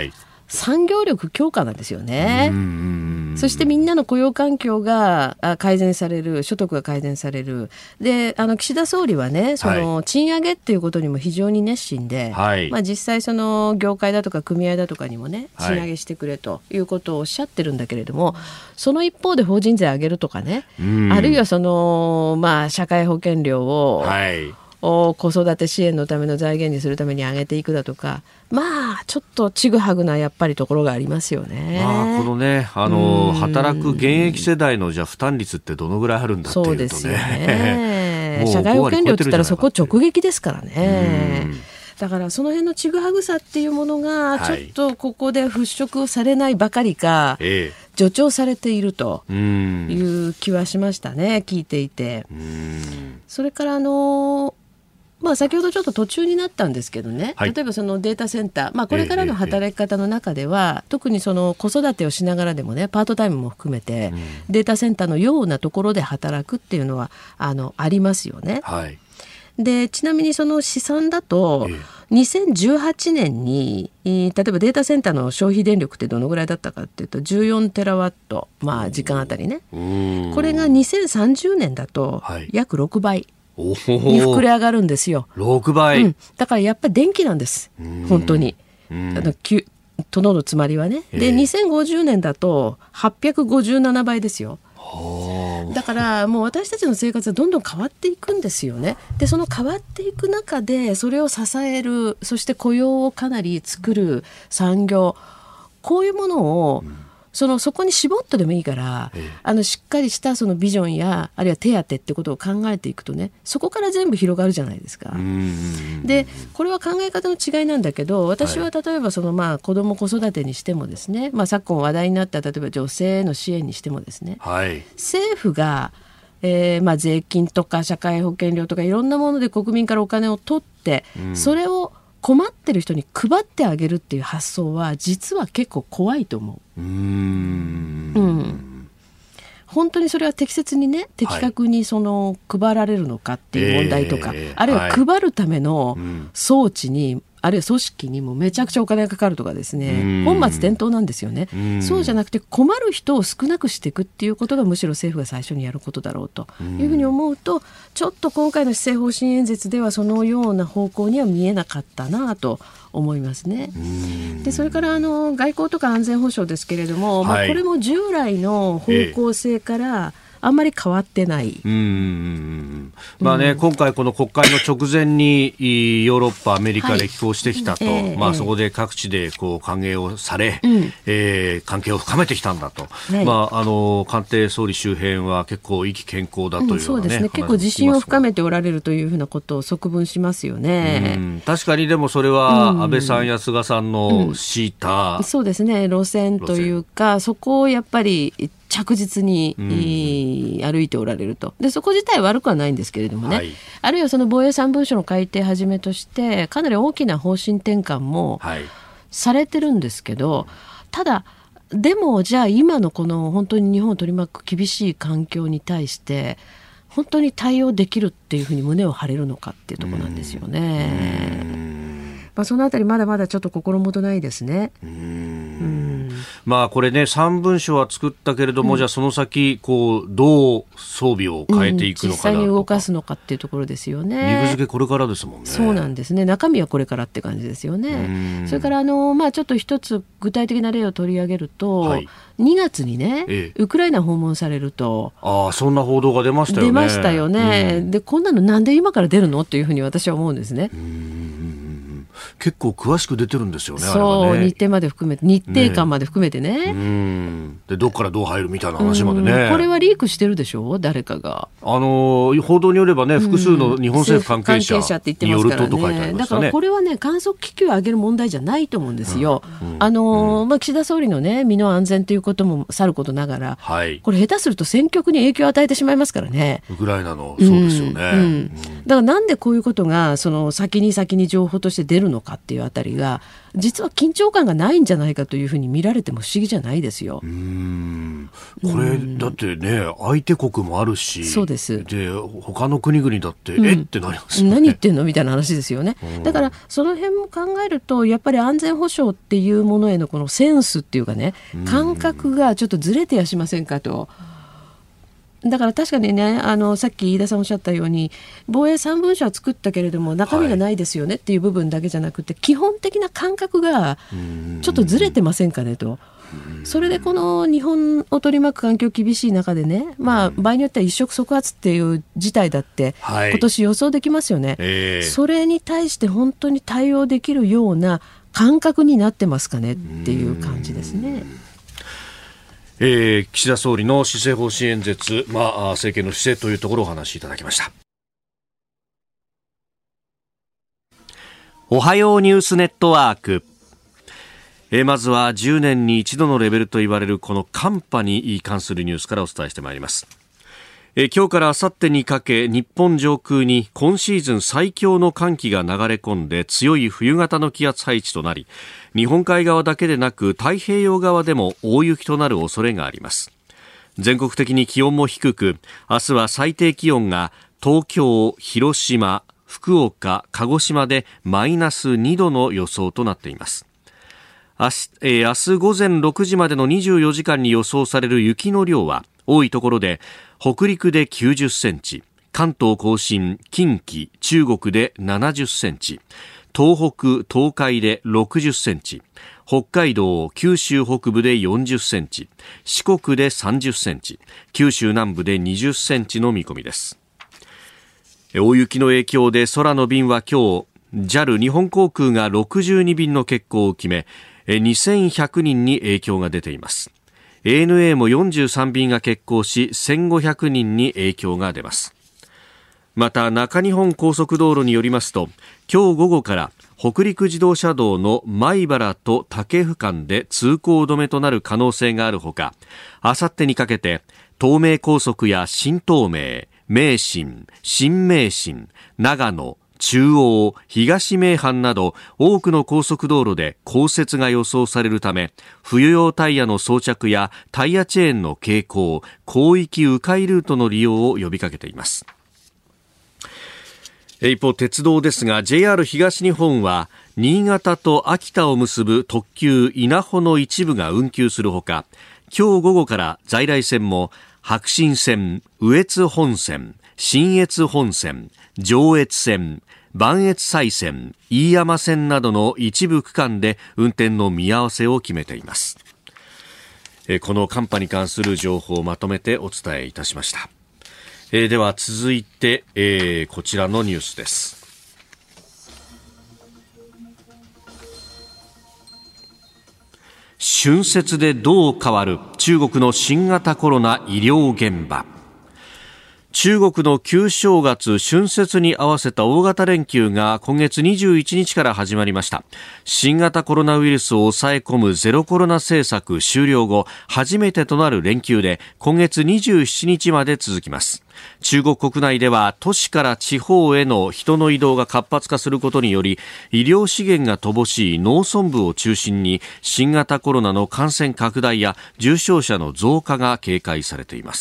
Speaker 3: 産業力強化なんですよね。そしてみんなの雇用環境が改善される、所得が改善される。で、あの岸田総理はね、その賃上げっていうことにも非常に熱心で、はい、まあ、実際その業界だとか組合だとかにもね、賃上げしてくれということをおっしゃってるんだけれども、はい、その一方で法人税上げるとかね、あるいはその、まあ、社会保険料を、はい、子育て支援のための財源にするために上げていくだとか、まあちょっとちぐはぐなやっぱりところがありますよね。
Speaker 1: まあ、このね、あの働く現役世代のじゃ負担率ってどのぐらいあるんだっていうとね。そうですよね
Speaker 3: 社会保険料って言ったらそこ直撃ですからね。だからその辺のちぐはぐさっていうものがちょっとここで払拭されないばかりか、はい、助長されているという気はしましたね、聞いていて。うん、それからあのまあ、先ほどちょっと途中になったんですけどね、はい、例えばそのデータセンター、まあ、これからの働き方の中では、ええ、特にその子育てをしながらでもね、パートタイムも含めて、うん、データセンターのようなところで働くっていうのは あの、ありますよね。はい、でちなみにその試算だと、ええ、にせんじゅうはちねんに例えばデータセンターの消費電力ってどのぐらいだったかっていうとじゅうよんテラワット、まあ、時間あたりね。これがにせんさんじゅうねんだと約ろくばいに膨れ上がるんですよ。
Speaker 1: ろくばい、うん、
Speaker 3: だからやっぱり電気なんです、本当に。あの殿のつまりはね。で、にせんごじゅうねんだとはっぴゃくごじゅうななばいですよ。だからもう私たちの生活はどんどん変わっていくんですよね。でその変わっていく中でそれを支える、そして雇用をかなり作る産業、こういうものを、うん、そのそこに絞ってでもいいから、ええ、あのしっかりしたそのビジョンやあるいは手当ってことを考えていくとね、そこから全部広がるじゃないですか。でこれは考え方の違いなんだけど、私は例えばそのまあ子ども子育てにしてもですね、まあ、昨今話題になった例えば女性への支援にしてもですね、はい、政府が、えーまあ、税金とか社会保険料とかいろんなもので国民からお金を取って、うん、それを困ってる人に配ってあげるっていう発想は実は結構怖いと思う。うーん、うん、本当にそれは適切にね、的確にその配られるのかっていう問題とか、えー、あるいは配るための装置に、はい、あるいは組織にもめちゃくちゃお金がかかるとかですね、本末転倒なんですよね。そうじゃなくて困る人を少なくしていくっていうことがむしろ政府が最初にやることだろうというふうに思うと、ちょっと今回の施政方針演説ではそのような方向には見えなかったなと思いますね。でそれからあの外交とか安全保障ですけれども、はい、まあ、これも従来の方向性から、ええ、あんまり変わってない。うん、
Speaker 1: まあね、うん、今回この国会の直前にヨーロッパアメリカで寄港してきたと、はい、えー、まあ、そこで各地でこう歓迎をされ、うん、えー、関係を深めてきたんだと、はい、まあ、あの官邸総理周辺は結構意気健康だというような、ね、うん、そうですね、
Speaker 3: 結構自信を深めておられるというふうなことを側聞しますよね。
Speaker 1: うん、確かに。でもそれは安倍さんや菅さんの敷いた、
Speaker 3: うん、そうですね、路線というか、そこをやっぱり着実に、うん、歩いておられると。でそこ自体悪くはないんですけれどもね、はい、あるいはその防衛三文書の改定はじめとしてかなり大きな方針転換もされてるんですけど、はい、ただでもじゃあ今のこの本当に日本を取り巻く厳しい環境に対して本当に対応できるっていうふうに胸を張れるのかっていうところなんですよね。うん、まあ、そのあたりまだまだちょっと心もとないですね。うん、うん、
Speaker 1: まあ、これね、三文書は作ったけれども、うん、じゃあその先こうどう装備を変えていくのかなとか、うん、実際に
Speaker 3: 動かすのかっていうところですよね。
Speaker 1: 肉付けこれからですもんね。
Speaker 3: そうなんですね。中身はこれからって感じですよね。それからあの、まあ、ちょっと一つ具体的な例を取り上げると、はい、にがつにね、ええ、ウクライナ訪問されると、
Speaker 1: ああ、そんな報道が出ましたよね。
Speaker 3: 出ましたよね。うん、でこんなのなんで今から出るのっていうふうに私は思うんですね。うん、
Speaker 1: 結構詳しく出てるんですよね。
Speaker 3: そう、
Speaker 1: あれはね、
Speaker 3: 日程まで含めて、日程間まで含めてね、
Speaker 1: うん、でどっからどう入るみたいな話までね。
Speaker 3: これはリークしてるでしょ、誰かが。
Speaker 1: あの報道によればね、複数の日本政府関係者によるとと書いてありましたね。
Speaker 3: だからこれはね、観測気球を上げる問題じゃないと思うんですよ。うんうん、あのまあ、岸田総理のね、身の安全ということもさることながら、はい、これ下手すると戦局に影響を与えてしまいますからね。
Speaker 1: ウクライナの、そうですよね。うんうん、
Speaker 3: だからなんでこういうことがその先に先に情報として出るのかっていうあたりが実は緊張感がないんじゃないかというふうに見られても不思議じゃないですよ。
Speaker 1: うーんこれだってね相手国もあるし、
Speaker 3: そうです。
Speaker 1: で他の国々だって、うん、えってなりますよね。
Speaker 3: 何言ってんのみたいな話ですよね。だからその辺も考えるとやっぱり安全保障っていうものへのこのセンスっていうかね感覚がちょっとずれてやしませんかと。だから確かにねあのさっき飯田さんおっしゃったように防衛さん文書は作ったけれども中身がないですよねっていう部分だけじゃなくて、はい、基本的な感覚がちょっとずれてませんかねと。それでこの日本を取り巻く環境厳しい中でね、まあ、場合によっては一触即発っていう事態だって、はい、今年予想できますよね、えー、それに対して本当に対応できるような感覚になってますかねっていう感じですね。
Speaker 1: えー、岸田総理の施政方針演説、まあ、政権の姿勢というところをお話しいただきました。おはようニュースネットワーク。えー、まずはじゅうねんに一度のレベルと言われるこの寒波に関するニュースからお伝えしてまいります。えー、今日から明後日にかけ日本上空に今シーズン最強の寒気が流れ込んで強い冬型の気圧配置となり、日本海側だけでなく太平洋側でも大雪となる恐れがあります。全国的に気温も低く、明日は最低気温が東京、広島、福岡、鹿児島でマイナスにどの予想となっています。明日、えー、明日午前ろくじまでのにじゅうよじかんに予想される雪の量は多いところで北陸できゅうじゅっセンチ、関東甲信、近畿、中国でななじゅっセンチ、東北、東海でろくじゅっセンチ、北海道、九州北部でよんじゅっセンチ、四国でさんじゅっセンチ、九州南部でにじゅっセンチの見込みです。大雪の影響で空の便は今日 ジャル 日本航空がろくじゅうにびんの欠航を決め、にせんひゃくにんに影響が出ています。 エーエヌエー もよんじゅうさんびんが欠航しせんごひゃくにんに影響が出ます。また中日本高速道路によりますと、今日午後から北陸自動車道の米原と武生間で通行止めとなる可能性があるほか、あさってにかけて東名高速や新東名、名神、新名神、長野、中央、東名阪など多くの高速道路で降雪が予想されるため、冬用タイヤの装着やタイヤチェーンの携行、広域迂回ルートの利用を呼びかけています。一方、鉄道ですが ジェイアール 東日本は新潟と秋田を結ぶ特急稲穂の一部が運休するほか、今日午後から在来線も白新線、羽越本線、信越本線、上越線、磐越西線、飯山線などの一部区間で運転の見合わせを決めています。この寒波に関する情報をまとめてお伝えいたしました。えー、では続いて、えー、こちらのニュースです。春節でどう変わる中国の新型コロナ医療現場。中国の旧正月春節に合わせた大型連休が今月にじゅういちにちから始まりました。新型コロナウイルスを抑え込むゼロコロナ政策終了後初めてとなる連休で、今月にじゅうしちにちまで続きます。中国国内では都市から地方への人の移動が活発化することにより、医療資源が乏しい農村部を中心に新型コロナの感染拡大や重症者の増加が警戒されています。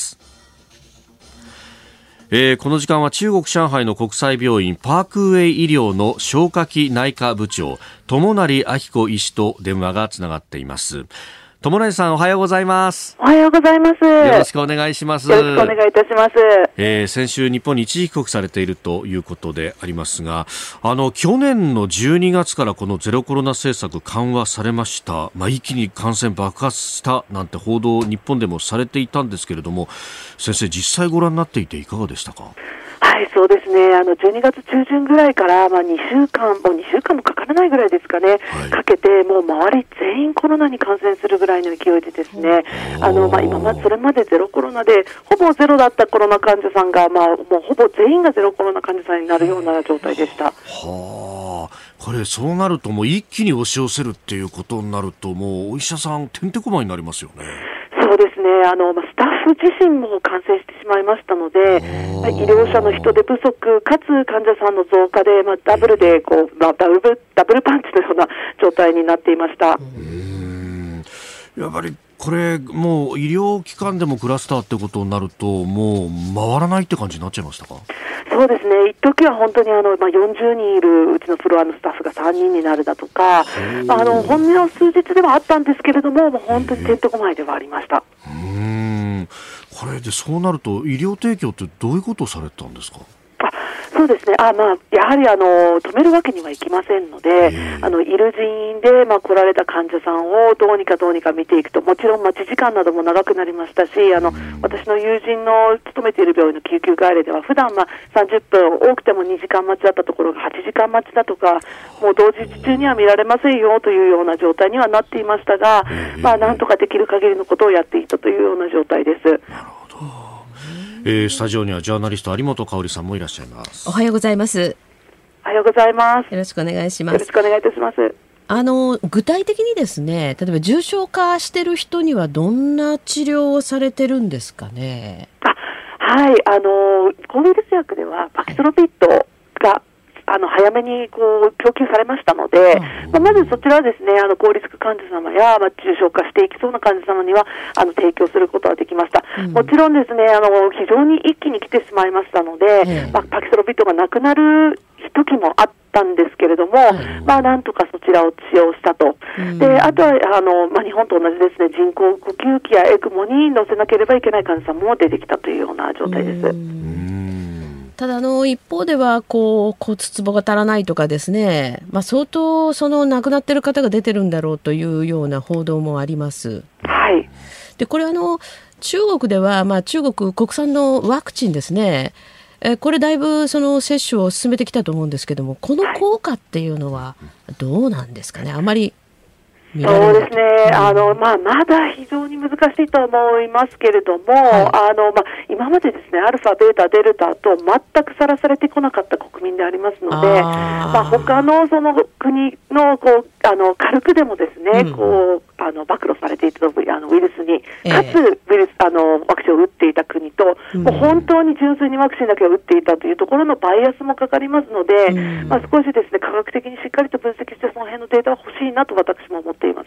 Speaker 1: えー、この時間は中国上海の国際病院パークウェイ医療の消化器内科部長友成明子医師と電話がつながっています。友成さん、おはようございます。
Speaker 5: おはようございます。
Speaker 1: よろしくお願いします。
Speaker 5: よろしくお願いいたします。
Speaker 1: えー、先週日本に一時帰国されているということでありますが、あの去年のじゅうにがつからこのゼロコロナ政策緩和されました。まあ、一気に感染爆発したなんて報道日本でもされていたんですけれども、先生実際ご覧になっていていかがでしたか？
Speaker 5: はい、そうですね。あのじゅうにがつちゅうじゅんぐらいから、まあ、にしゅうかんもにしゅうかんもかからないぐらいですかね、はい、かけてもう周り全員コロナに感染するぐらいの勢いでですね、あの、まあ、今までそれまでゼロコロナでほぼゼロだったコロナ患者さんが、まあ、もうほぼ全員がゼロコロナ患者さんになるような状態でした。
Speaker 1: はあ、これそうなるともう一気に押し寄せるっていうことになると、もうお医者さんてんてこまいになりますよね。
Speaker 5: そうですね。あの、まあ、スタッフ府自身も感染してしまいましたので、医療者の人手不足かつ患者さんの増加で、まあ、ダブルでこう、まあ、ダブル、ダブルパンチのような状態になっていました。うー
Speaker 1: ん、やっぱりこれもう医療機関でもクラスターってことになるともう回らないって感じになっちゃいましたか？
Speaker 5: そうですね、一時は本当にあの、まあ、よんじゅうにんいるうちのフロアのスタッフがさんにんになるだとか、あの本音の数日ではあったんですけれども、もう本当にてんてこまいではありました。
Speaker 1: うーん、これでそうなると医療提供ってどういうことをされたんですか？
Speaker 5: あ、そうですね、あ、まあ、やはりあの止めるわけにはいきませんので、あのいる人員で、まあ、来られた患者さんをどうにかどうにか見ていくと、もちろん待ち時間なども長くなりましたし、あの私の友人の勤めている病院の救急外来では普段まあさんじゅっぷん、多くてもにじかん待ちだったところがはちじかん待ちだとか、もう同日中には見られませんよというような状態にはなっていましたが、まあ、なんとかできる限りのことをやっていたというような状態です。
Speaker 1: なるほど。えー、スタジオにはジャーナリスト有本香里さんもいらっしゃいます。
Speaker 3: おはようございます。
Speaker 5: おはようございます。
Speaker 3: よろしくお願いします。
Speaker 5: よろしくお願いいたします。
Speaker 3: あの具体的にですね、例えば重症化している人にはどんな治療をされてるんですかね？
Speaker 5: あ、はい、あの抗ウイルス薬ではパキスロビッドがあの早めにこう供給されましたので、まあ、まずそちらはですね、あの高リスク患者様や、まあ、重症化していきそうな患者様にはあの提供することができました。うん、もちろんですね、あの非常に一気に来てしまいましたので、うん、まあ、パキスロビッドがなくなる時もあったんですけれども、うん、まあ、なんとかそちらを使用したと。うん、で、あとはあの、まあ、日本と同じですね、人工呼吸器やエクモに乗せなければいけない患者さんも出てきたというような状態です。うん、
Speaker 3: ただあの一方ではこう骨壺が足らないとかですね、まあ、相当その亡くなっている方が出てるんだろうというような報道もあります。
Speaker 5: はい、
Speaker 3: でこれあの中国では、まあ、中国国産のワクチンですね、えこれだいぶその接種を進めてきたと思うんですけども、この効果っていうのはどうなんですかね？あまり
Speaker 5: そうですね、うん、あのまあ、まだ非常に難しいと思いますけれども、はい、あのまあ、今までですね、アルファ、ベータ、デルタと全くさらされてこなかった国民でありますので、あ、まあ、他のその国のこうあの軽くでもですね、うん、こうあの暴露されていたあのウイルスに、かつウイルスあのワクチンを打っていた国と、うん、もう本当に純粋にワクチンだけを打っていたというところのバイアスもかかりますので、うん、まあ、少しですね、科学的にしっかりと分析して、その辺のデータは欲しいなと私も思っています。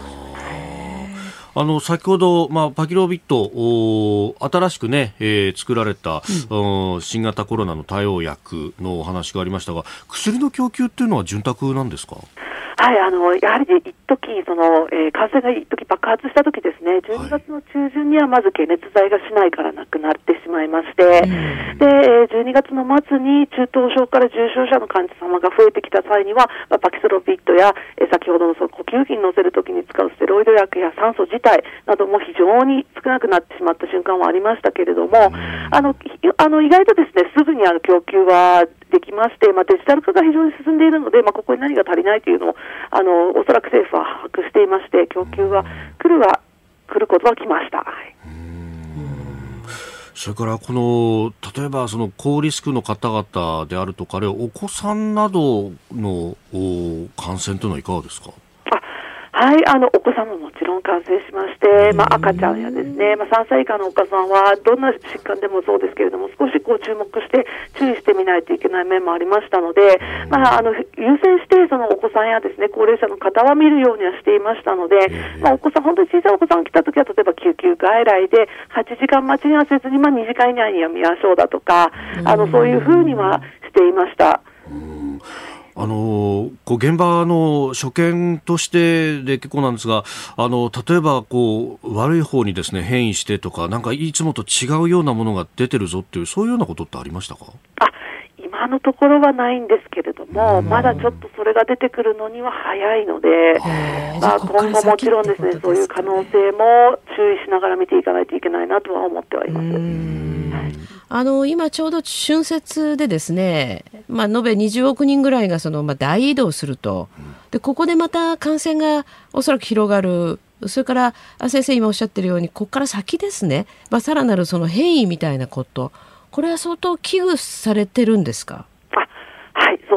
Speaker 1: あの先ほど、まあ、パキロビッド新しく、ね、えー、作られた、うん、新型コロナの対応薬のお話がありましたが、薬の供給っていうのは潤沢なんですか？
Speaker 5: はい、あのやはり一時その、えー、感染が一時爆発した時ですね、じゅうにがつの中旬にはまず解熱剤が市内からなくなってしまいまして、はい、でじゅうにがつの末に中等症から重症者の患者様が増えてきた際には、まあ、パキスロビッドや、えー、先ほどのその呼吸器に乗せる時に使うステロイド薬や酸素自体なども非常に少なくなってしまった瞬間はありましたけれども、あのあの意外とですね、すぐにあの供給はできまして、まあ、デジタル化が非常に進んでいるので、まあ、ここに何が足りないというのをあのおそらく政府は把握していまして、供給は来るは来ることは来ました。はい、うーん、
Speaker 1: それからこの例えばその高リスクの方々であるとか、あるいはお子さんなどの感染というのはいかがですか？
Speaker 5: はい、あのお子様ももちろん感染しまして、まあ、赤ちゃんやですね、まあ、さんさい以下のお子さんはどんな疾患でもそうですけれども、少しこう注目して注意してみないといけない面もありましたので、まあ、あの優先してそのお子さんやですね、高齢者の方は見るようにはしていましたので、まあ、お子さん、本当に小さいお子さんが来たときは、例えば救急外来ではちじかん待ちにはせずに、まあ、にじかん以内には見ましょうだとか、あのそういうふうにはしていました。
Speaker 1: あのこう現場の所見としてで結構なんですが、あの例えばこう悪い方にですね変異してとか、なんかいつもと違うようなものが出てるぞっていう、そういうようなことってありましたか？
Speaker 5: あ、今のところはないんですけれども、まだちょっとそれが出てくるのには早いので、まあ、今後もちろんですね、そういう可能性も注意しながら見ていかないといけないなとは思ってはいます。
Speaker 3: あの今ちょうど春節でですね、まあ、延べにじゅうおくにんぐらいがその、まあ、大移動すると、でここでまた感染がおそらく広がる。それから先生今おっしゃってるように、ここから先ですね、まあ、さらなるその変異みたいなこと、これは相当危惧されてるんですか？
Speaker 5: あ、はい、そ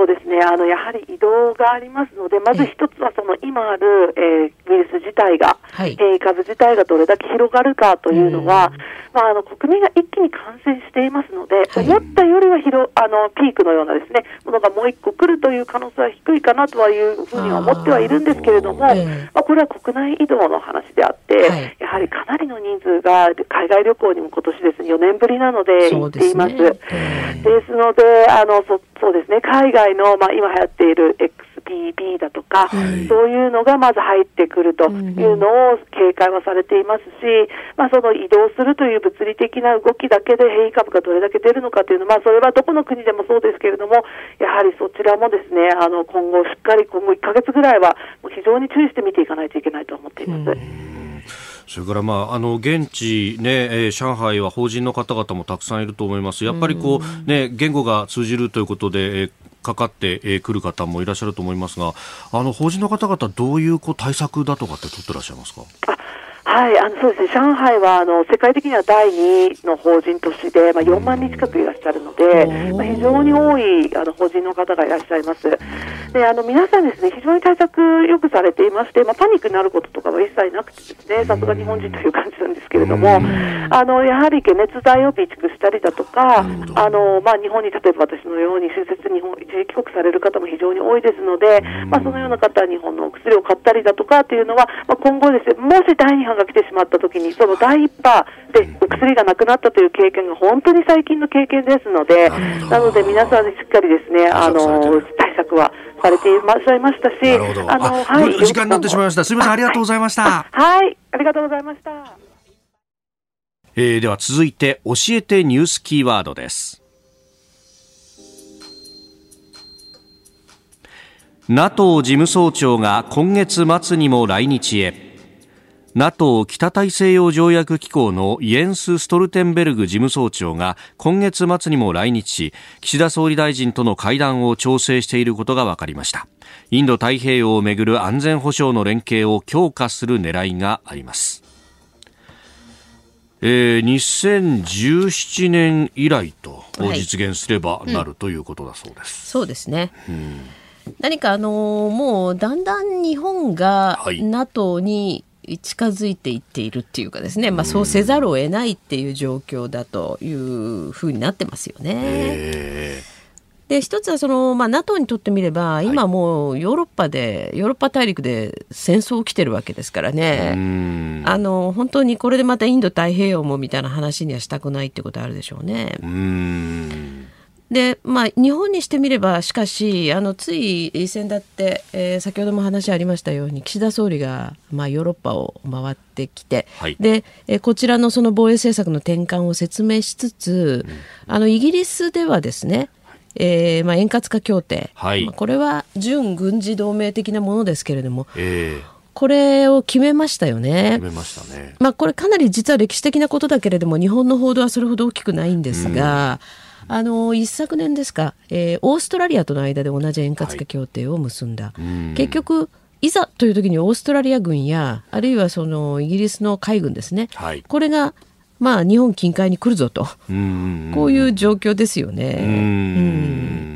Speaker 5: そうですね、あのやはり移動がありますので、まず一つはその今ある、えー、ウイルス自体が、はい、変異株自体がどれだけ広がるかというのは、まあ、あの国民が一気に感染していますので、はい、思ったよりは広あのピークのようなですねものがもう一個来るという可能性は低いかなとはいうふうには思ってはいるんですけれども、まあ、これは国内移動の話であって、はい、やはりかなりの人数が海外旅行にも今年ですねよねんぶりなので行っています。ですね、ですのであの そ, そうですね海外の、まあ、今流行っている エックスピービー だとか、はい、そういうのがまず入ってくるというのを警戒はされていますし、まあ、その移動するという物理的な動きだけで変異株がどれだけ出るのかというのは、まあ、それはどこの国でもそうですけれども、やはりそちらもですねあの今後しっかり今後いっかげつぐらいは非常に注意して見ていかないといけないと思っています。
Speaker 1: それから、まあ、あの現地、ねえー、上海は法人の方々もたくさんいると思います。やっぱりこう、ね、言語が通じるということで、えー、かかってく、えー、る方もいらっしゃると思いますが、あの法人の方々どういう、こう対策だとかって取ってらっしゃいますか？
Speaker 5: はい、あのそうですね、上海はあの世界的にはだいにいの法人都市で、まあ、よんまんにん近くいらっしゃるので、まあ、非常に多いあの法人の方がいらっしゃいます。であの皆さんですね非常に対策よくされていまして、まあ、パニックになることとかは一切なくてですね、さすが日本人という感じなんですけれども、あのやはり解熱剤を備蓄したりだとか、あの、まあ、日本に例えば私のように春節日本一時帰国される方も非常に多いですので、まあ、そのような方は日本のお薬を買ったりだとかというのは、まあ、今後ですねもしだいに波が来てしまったときにそのだいいち波でお薬がなくなったという経験が本当に最近の経験ですので、なので皆さんしっかりですねあの対策はされていらっしゃいましたし、
Speaker 1: あの、はい、時間になってしまいました。すみません、ありがとうございました。
Speaker 5: はい、ありがとうございました。
Speaker 1: えー、では続いて教えてニュースキーワードです。 ナトー 事務総長が今月末にも来日へ。 ナトー 北大西洋条約機構のイエンス・ストルテンベルグ事務総長が今月末にも来日し、岸田総理大臣との会談を調整していることが分かりました。インド太平洋をめぐる安全保障の連携を強化する狙いがあります。えー、にせんじゅうななねん以来と実現すればなる、はい、うん、ということだそうです。
Speaker 3: そうですね、うん、何かあのー、もうだんだん日本が ナトー に近づいていっているっていうかですね、まあ、そうせざるを得ないっていう状況だというふうになってますよね。えーで一つはその、まあ、ナトー にとってみれば今もうヨーロッパでヨーロッパ大陸で戦争起きてるわけですからね、あの本当にこれでまたインド太平洋もみたいな話にはしたくないってことあるでしょうね。うーんで、まあ、日本にしてみればしかしあのつい先だって、えー、先ほども話ありましたように岸田総理が、まあ、ヨーロッパを回ってきて、はい、で、えー、こちらのその防衛政策の転換を説明しつつ、うん、あのイギリスではですねえーまあ、円滑化協定、はい、まあ、これは準軍事同盟的なものですけれども、えー、これを決めましたよね。
Speaker 1: 決めましたね。
Speaker 3: まあ、これかなり実は歴史的なことだけれども日本の報道はそれほど大きくないんですが、うん、あの一昨年ですか、えー、オーストラリアとの間で同じ円滑化協定を結んだ、はい、結局いざという時にオーストラリア軍やあるいはそのイギリスの海軍ですね、はい、これがまあ、日本近海に来るぞと、うん、こういう状況ですよね。うん、うん、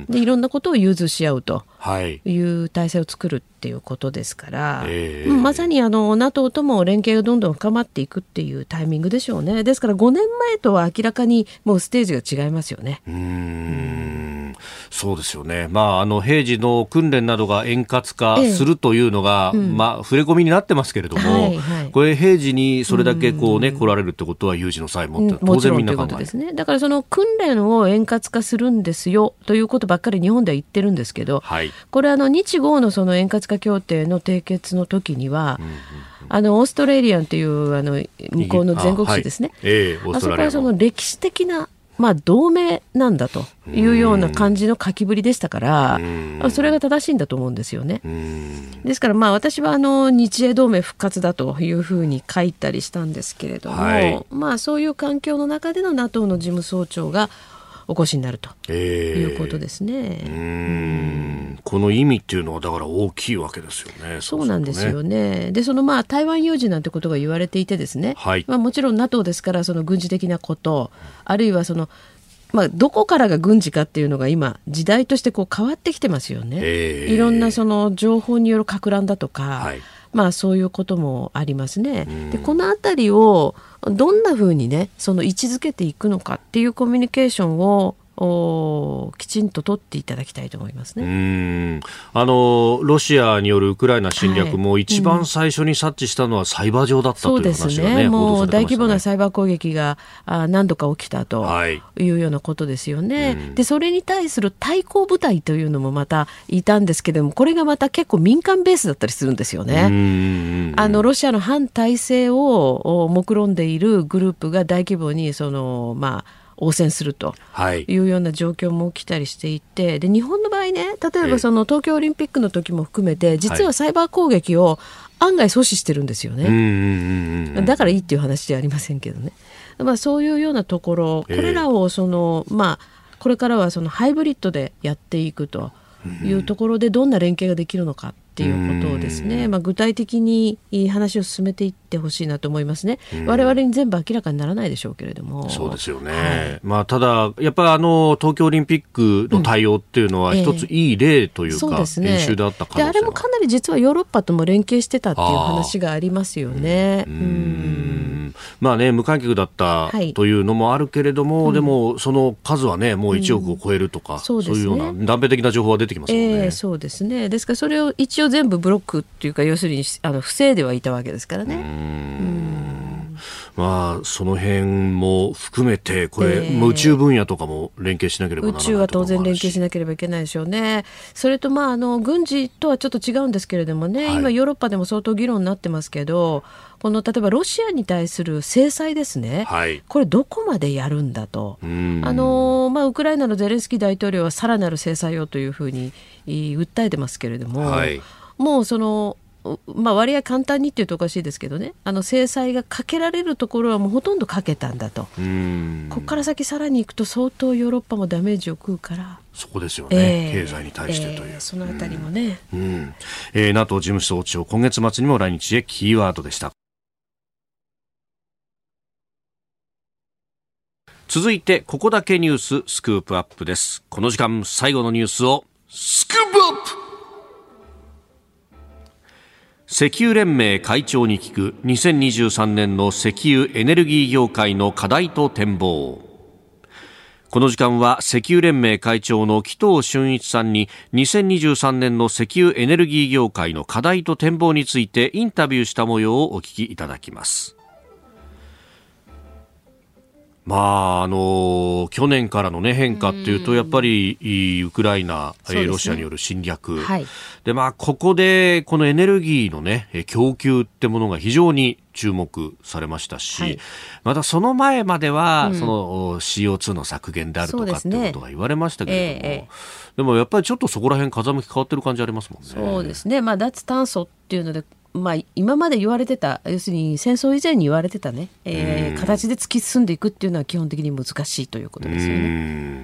Speaker 3: でいろんなことを融通し合うという体制を作るっていうことですから、はい、えー、まさにあの ナトー とも連携がどんどん深まっていくっていうタイミングでしょうね。ですからごねんまえとは明らかにもうステージが違いますよね。うーん、
Speaker 1: うん、そうですよね。まあ、あの平時の訓練などが円滑化するというのが、えーうん、まあ、触れ込みになってますけれども、はいはい、これ平時にそれだけこう、ね、来られるってことは有事の際もって当然みんな考える、うん、もちろんということですね。だからその訓練を円滑化するんですよということばっかり日本では言ってるんですけど、はい、これあの日豪のその円滑化協定の締結の時には、うんうんうん、あのオーストラリアンというあの向こうの全国紙ですね、あ、はい、えー、あそこはその歴史的なまあ、同盟なんだというような感じの書きぶりでしたから、それが正しいんだと思うんですよね。ですからまあ私はあの日英同盟復活だというふうに書いたりしたんですけれども、はい、まあ、そういう環境の中での ナトー の事務総長がお越しになるということですね。えー、うーん、この意味っていうのはだから大きいわけですよね。
Speaker 3: そうなんですよね。でそのまあ台湾有事なんてことが言われていてですね、はい、まあ、もちろん ナトー ですからその軍事的なこと、あるいはそのまあ、どこからが軍事かっていうのが今時代としてこう変わってきてますよね、えー、いろんなその情報による撹乱だとか、はい、まあ、そういうこともありますね。でこのあたりをどんなふうにねその位置づけていくのかっていうコミュニケーションをおきちんと取っていただきたいと思いますね。
Speaker 1: うーんあのロシアによるウクライナ侵略も一番最初に察知したのはサイバー上だったという話が、ね、
Speaker 3: そうですね、もう大規模なサイバー攻撃があ何度か起きたというようなことですよね、はい、でそれに対する対抗部隊というのもまたいたんですけれども、これがまた結構民間ベースだったりするんですよね。うんあのロシアの反体制を目論んでいるグループが大規模にそのまあ応戦するというような状況も起きたりしていて、はい、で日本の場合ね、例えばその東京オリンピックの時も含めて実はサイバー攻撃を案外阻止してるんですよね、はい、うんうんうん、だからいいっていう話じゃありませんけどね、まあ、そういうようなところ、これらをその、まあ、これからはそのハイブリッドでやっていくというところでどんな連携ができるのかっていうことをですね、まあ、具体的に話を進めていってほしいなと思いますね。我々に全部明らかにならないでしょうけれども。
Speaker 1: そうですよね、はい、まあ、ただやっぱりあの東京オリンピックの対応っていうのは一ついい例というか、うんえー、そうですね、演習であった可能性が、
Speaker 3: であれもかなり実はヨーロッパとも連携してたっていう話がありますよね。うん、うん
Speaker 1: まあね、無観客だったというのもあるけれども、はい、でもその数はねもういちおくを超えるとか、うん、そうですね、そういうような断片的な情報が出てきますもんね、
Speaker 3: えー、そうですね。ですからそれを一応全部ブロックっていうか、要するにあの防いではいたわけですからね。うーん、
Speaker 1: うんまあ、その辺も含めてこれ、えー、宇宙分野とかも連携しなければならない。
Speaker 3: 宇宙は当然連携しなければいけないでしょうね。それと、まあ、あの軍事とはちょっと違うんですけれどもね、はい、今ヨーロッパでも相当議論になってますけど、この例えばロシアに対する制裁ですね、はい、これどこまでやるんだと、あの、まあ、ウクライナのゼレンスキー大統領はさらなる制裁をというふうに訴えてますけれども、はい、もうそのまあ、割合簡単にっていうとおかしいですけどね、あの制裁がかけられるところはもうほとんどかけたんだと。うーん、ここから先さらにいくと相当ヨーロッパもダメージを食うから、
Speaker 1: そこですよね、えー、経済に対してという、
Speaker 3: えー、そのあたりもね、
Speaker 1: うんうんえー、NATO 事務総長今月末にも来日へキーワードでした。続いてここだけニューススクープアップです。この時間最後のニュースをスクープアップ。石油連盟会長に聞くにせんにじゅうさんねんの石油エネルギー業界の課題と展望。この時間は石油連盟会長の紀藤俊一さんににせんにじゅうさんねんの石油エネルギー業界の課題と展望についてインタビューした模様をお聞きいただきます。まああの去年からの、ね、変化っていうとやっぱりウクライナ、ね、ロシアによる侵略、はい、でまあ、ここでこのエネルギーの、ね、供給ってものが非常に注目されましたし、はい、またその前までは、うん、その シーオーツー の削減であるとかっていうことが言われましたけれども、ねえー、でもやっぱりちょっとそこら辺風向き変わってる感じありますもんね。
Speaker 3: そうですね、まあ、脱炭素っていうのでまあ、今まで言われてた、要するに戦争以前に言われてたね、えー、形で突き進んでいくっていうのは基本的に難しいということですよね。うん、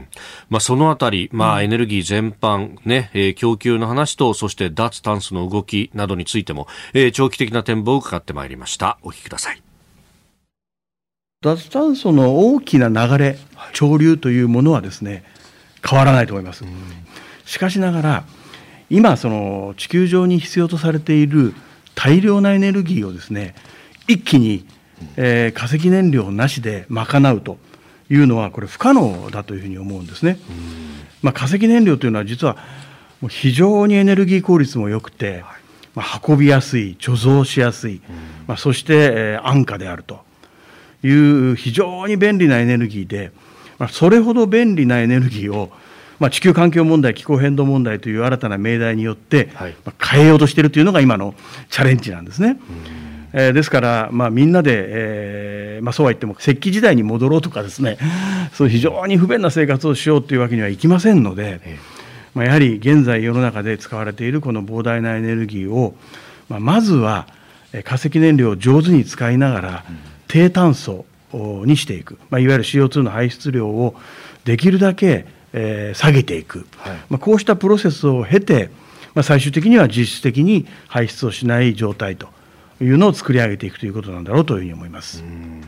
Speaker 1: まあ、そのあたり、まあ、エネルギー全般、ねえー、供給の話とそして脱炭素の動きなどについても、えー、長期的な展望を伺ってまいりました。お聞きください。
Speaker 6: 脱炭素の大きな流れ、潮流というものはですね変わらないと思います。しかしながら今その地球上に必要とされている大量なエネルギーをですね一気に、えー、化石燃料なしで賄うというのはこれ不可能だというふうに思うんですね。まあ、化石燃料というのは実はもう非常にエネルギー効率も良くて、まあ、運びやすい、貯蔵しやすい、まあ、そして、えー、安価であるという非常に便利なエネルギーで、まあ、それほど便利なエネルギーをまあ、地球環境問題、気候変動問題という新たな命題によって、はいまあ、変えようとしているというのが今のチャレンジなんですね。えー、ですから、まあ、みんなで、えーまあ、そうは言っても石器時代に戻ろうとかですね、そう非常に不便な生活をしようというわけにはいきませんので、まあ、やはり現在世の中で使われているこの膨大なエネルギーを、まあ、まずは化石燃料を上手に使いながら低炭素にしていく、まあ、いわゆる シーオーツー の排出量をできるだけえー、下げていく、はいまあ、こうしたプロセスを経て、まあ、最終的には実質的に排出をしない状態というのを作り上げていくということなんだろうというふうに思います。
Speaker 1: うん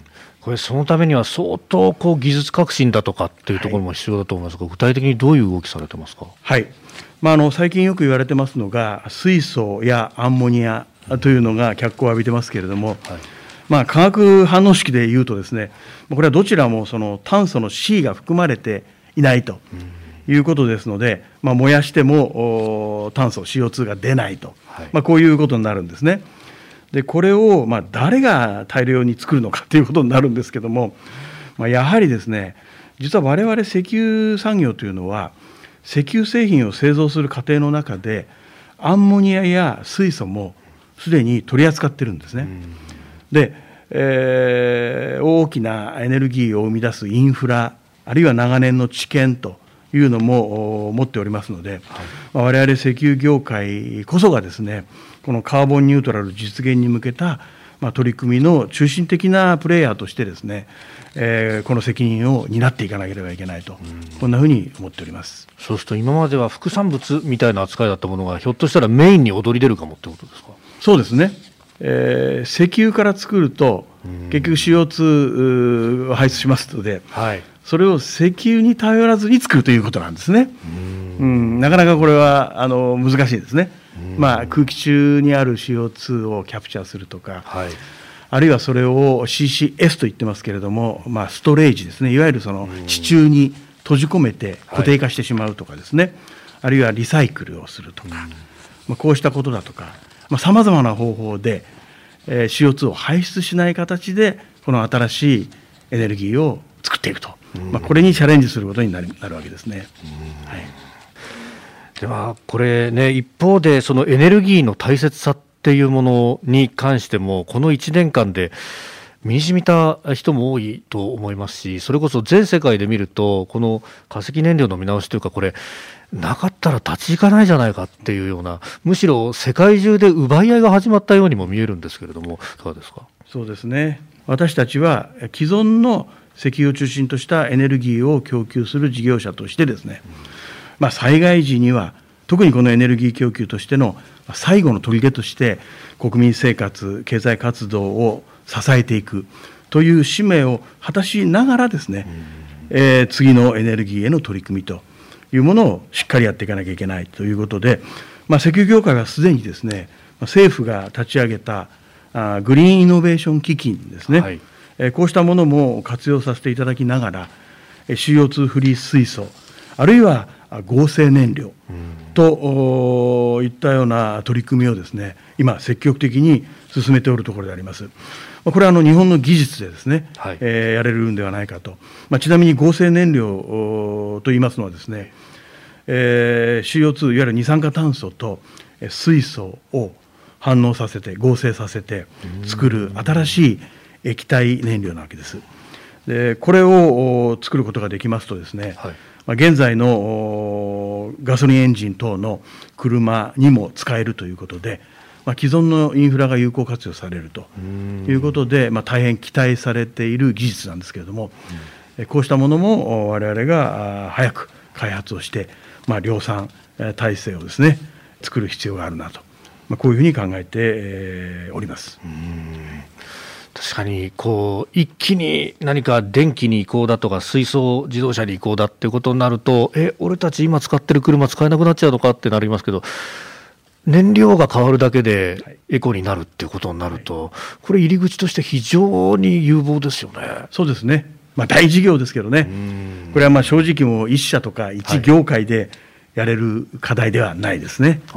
Speaker 1: これそのためには相当こう技術革新だとかっていうところも必要だと思いますが、はい、具体的にどういう動きされてますか。
Speaker 6: はい、まあ、あの最近よく言われてますのが水素やアンモニアというのが脚光を浴びてますけれども、はい、まあ、化学反応式でいうとですね、これはどちらもその炭素の C が含まれていないということですので、まあ、燃やしても炭素 シーオーツー が出ないと、はい、まあ、こういうことになるんですね。でこれをまあ誰が大量に作るのかということになるんですけども、まあ、やはりですね、実は我々石油産業というのは石油製品を製造する過程の中でアンモニアや水素もすでに取り扱ってるんですね。で、えー、大きなエネルギーを生み出すインフラ、あるいは長年の知見というのも持っておりますので、はい、まあ、我々石油業界こそがですね、このカーボンニュートラル実現に向けた、まあ、取り組みの中心的なプレイヤーとしてですね、えー、この責任を担っていかなければいけないと、こんなふうに思っております。
Speaker 1: そうすると今までは副産物みたいな扱いだったものがひょっとしたらメインに躍り出るかもってことですか。
Speaker 6: そうですね、えー、石油から作ると結局 シーオーツー を排出しますので、はい、それを石油に頼らずに作るということなんですね。うん、なかなかこれはあの難しいですね。まあ、空気中にある シーオーツー をキャプチャーするとか、はい、あるいはそれを シーシーエス と言ってますけれども、まあ、ストレージですね、いわゆるその地中に閉じ込めて固定化してしまうとかですね、はい、あるいはリサイクルをするとか、まあ、こうしたことだとかさまざ、まな方法で、えー、シーオーツー を排出しない形でこの新しいエネルギーを作っていくと、まあ、これにチャレンジすることになる、なるわけですね。はい、
Speaker 1: ではこれね、一方でそのエネルギーの大切さっていうものに関してもこのいちねんかんで身に染みた人も多いと思いますし、それこそ全世界で見るとこの化石燃料の見直しというか、これなかったら立ち行かないじゃないかっていうような、むしろ世界中で奪い合いが始まったようにも見えるんですけれども、いかがですか。
Speaker 6: そうですね、私たちは既存の石油を中心としたエネルギーを供給する事業者としてですね、まあ、災害時には特にこのエネルギー供給としての最後の砦として国民生活、経済活動を支えていくという使命を果たしながらですね、えー、次のエネルギーへの取り組みというものをしっかりやっていかなきゃいけないということで、まあ、石油業界はすでにですね、政府が立ち上げたあグリーンイノベーション基金ですね、はい、えー、こうしたものも活用させていただきながら シーオーツー フリー水素、あるいは合成燃料といったような取り組みをですね、今積極的に進めておるところであります。これはあの日本の技術でですね、はい、えー、やれるんではないかと。まあ、ちなみに合成燃料といいますのはですね、えー、シーオーツー いわゆる二酸化炭素と水素を反応させて合成させて作る新しい液体燃料なわけです。でこれを作ることができますとですね、はい、まあ、現在のガソリンエンジン等の車にも使えるということで、まあ、既存のインフラが有効活用されるということで、まあ、大変期待されている技術なんですけれども、こうしたものも我々が早く開発をして、まあ、量産体制をですね作る必要があるなと、まあ、こういうふうに考えております。
Speaker 1: うーん、確かにこう一気に何か電気に移行だとか水素自動車に移行だっていうことになると、え俺たち今使ってる車使えなくなっちゃうのかってなりますけど、燃料が変わるだけでエコになるっていうことになると、はい、これ入り口として非常に有望ですよね。
Speaker 6: そうですね、まあ、大事業ですけどね、これはまあ正直もう一社とか一業界でやれる課題ではないですね。
Speaker 1: はい、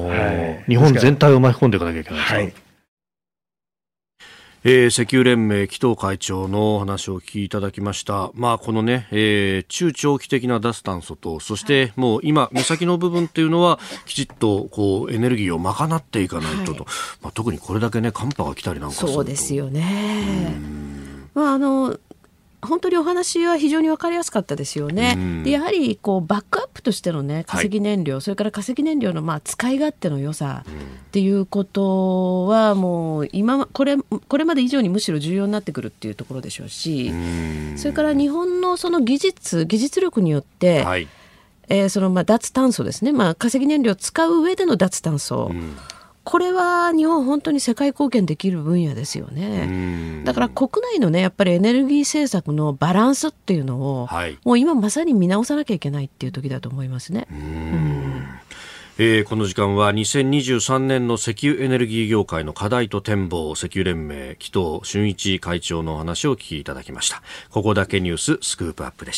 Speaker 1: はい、日本全体を巻き込んでいかなきゃいけないですか。はい、えー、石油連盟紀藤会長の話をお聞きいただきました。まあこのね、えー、中長期的な脱炭素と、そしてもう今目先の部分っていうのはきちっとこうエネルギーを賄っていかないとと、はい、まあ、特にこれだけね寒波が来たりなんかすると。
Speaker 3: そうですよね。まああの本当にお話は非常に分かりやすかったですよね。でやはりこうバックアップとしての、ね、化石燃料、はい、それから化石燃料のまあ使い勝手の良さっていうことはもう今これ、これまで以上にむしろ重要になってくるっていうところでしょうし、それから日本のその技術技術力によって、はい、えー、そのまあ脱炭素ですね、まあ、化石燃料を使う上での脱炭素これは日本本当に世界貢献できる分野ですよね。だから国内のねやっぱりエネルギー政策のバランスっていうのを、はい、もう今まさに見直さなきゃいけないっていう時だと思いますね。うん、
Speaker 1: えー、この時間はにせんにじゅうさんねんの石油エネルギー業界の課題と展望、石油連盟紀藤俊一会長のお話をお聞きいただきました。ここだけニューススクープアップでした。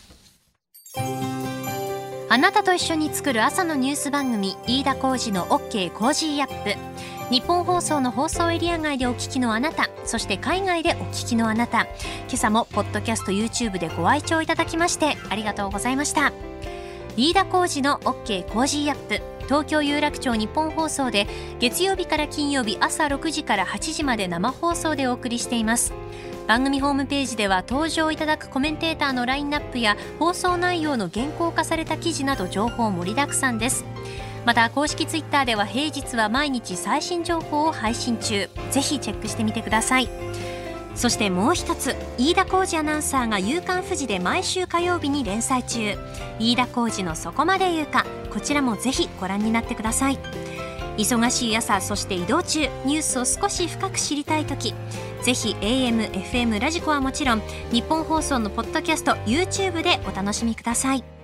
Speaker 7: あなたと一緒に作る朝のニュース番組、飯田浩司の OK コージーアップ。日本放送の放送エリア外でお聞きのあなた、そして海外でお聞きのあなた、今朝もポッドキャスト YouTube でご愛聴いただきましてありがとうございました。飯田浩司の OK コージーアップ、東京有楽町日本放送で月曜日から金曜日朝ろくじからはちじまで生放送でお送りしています。番組ホームページでは登場いただくコメンテーターのラインナップや放送内容の原稿化された記事など情報盛りだくさんです。また公式ツイッターでは平日は毎日最新情報を配信中、ぜひチェックしてみてください。そしてもう一つ、飯田浩司アナウンサーが夕刊フジで毎週火曜日に連載中、飯田浩司のそこまで言うか、こちらもぜひご覧になってください。忙しい朝、そして移動中、ニュースを少し深く知りたいとき、ぜひ エーエム、エフエム ラジコはもちろん日本放送のポッドキャスト YouTube でお楽しみください。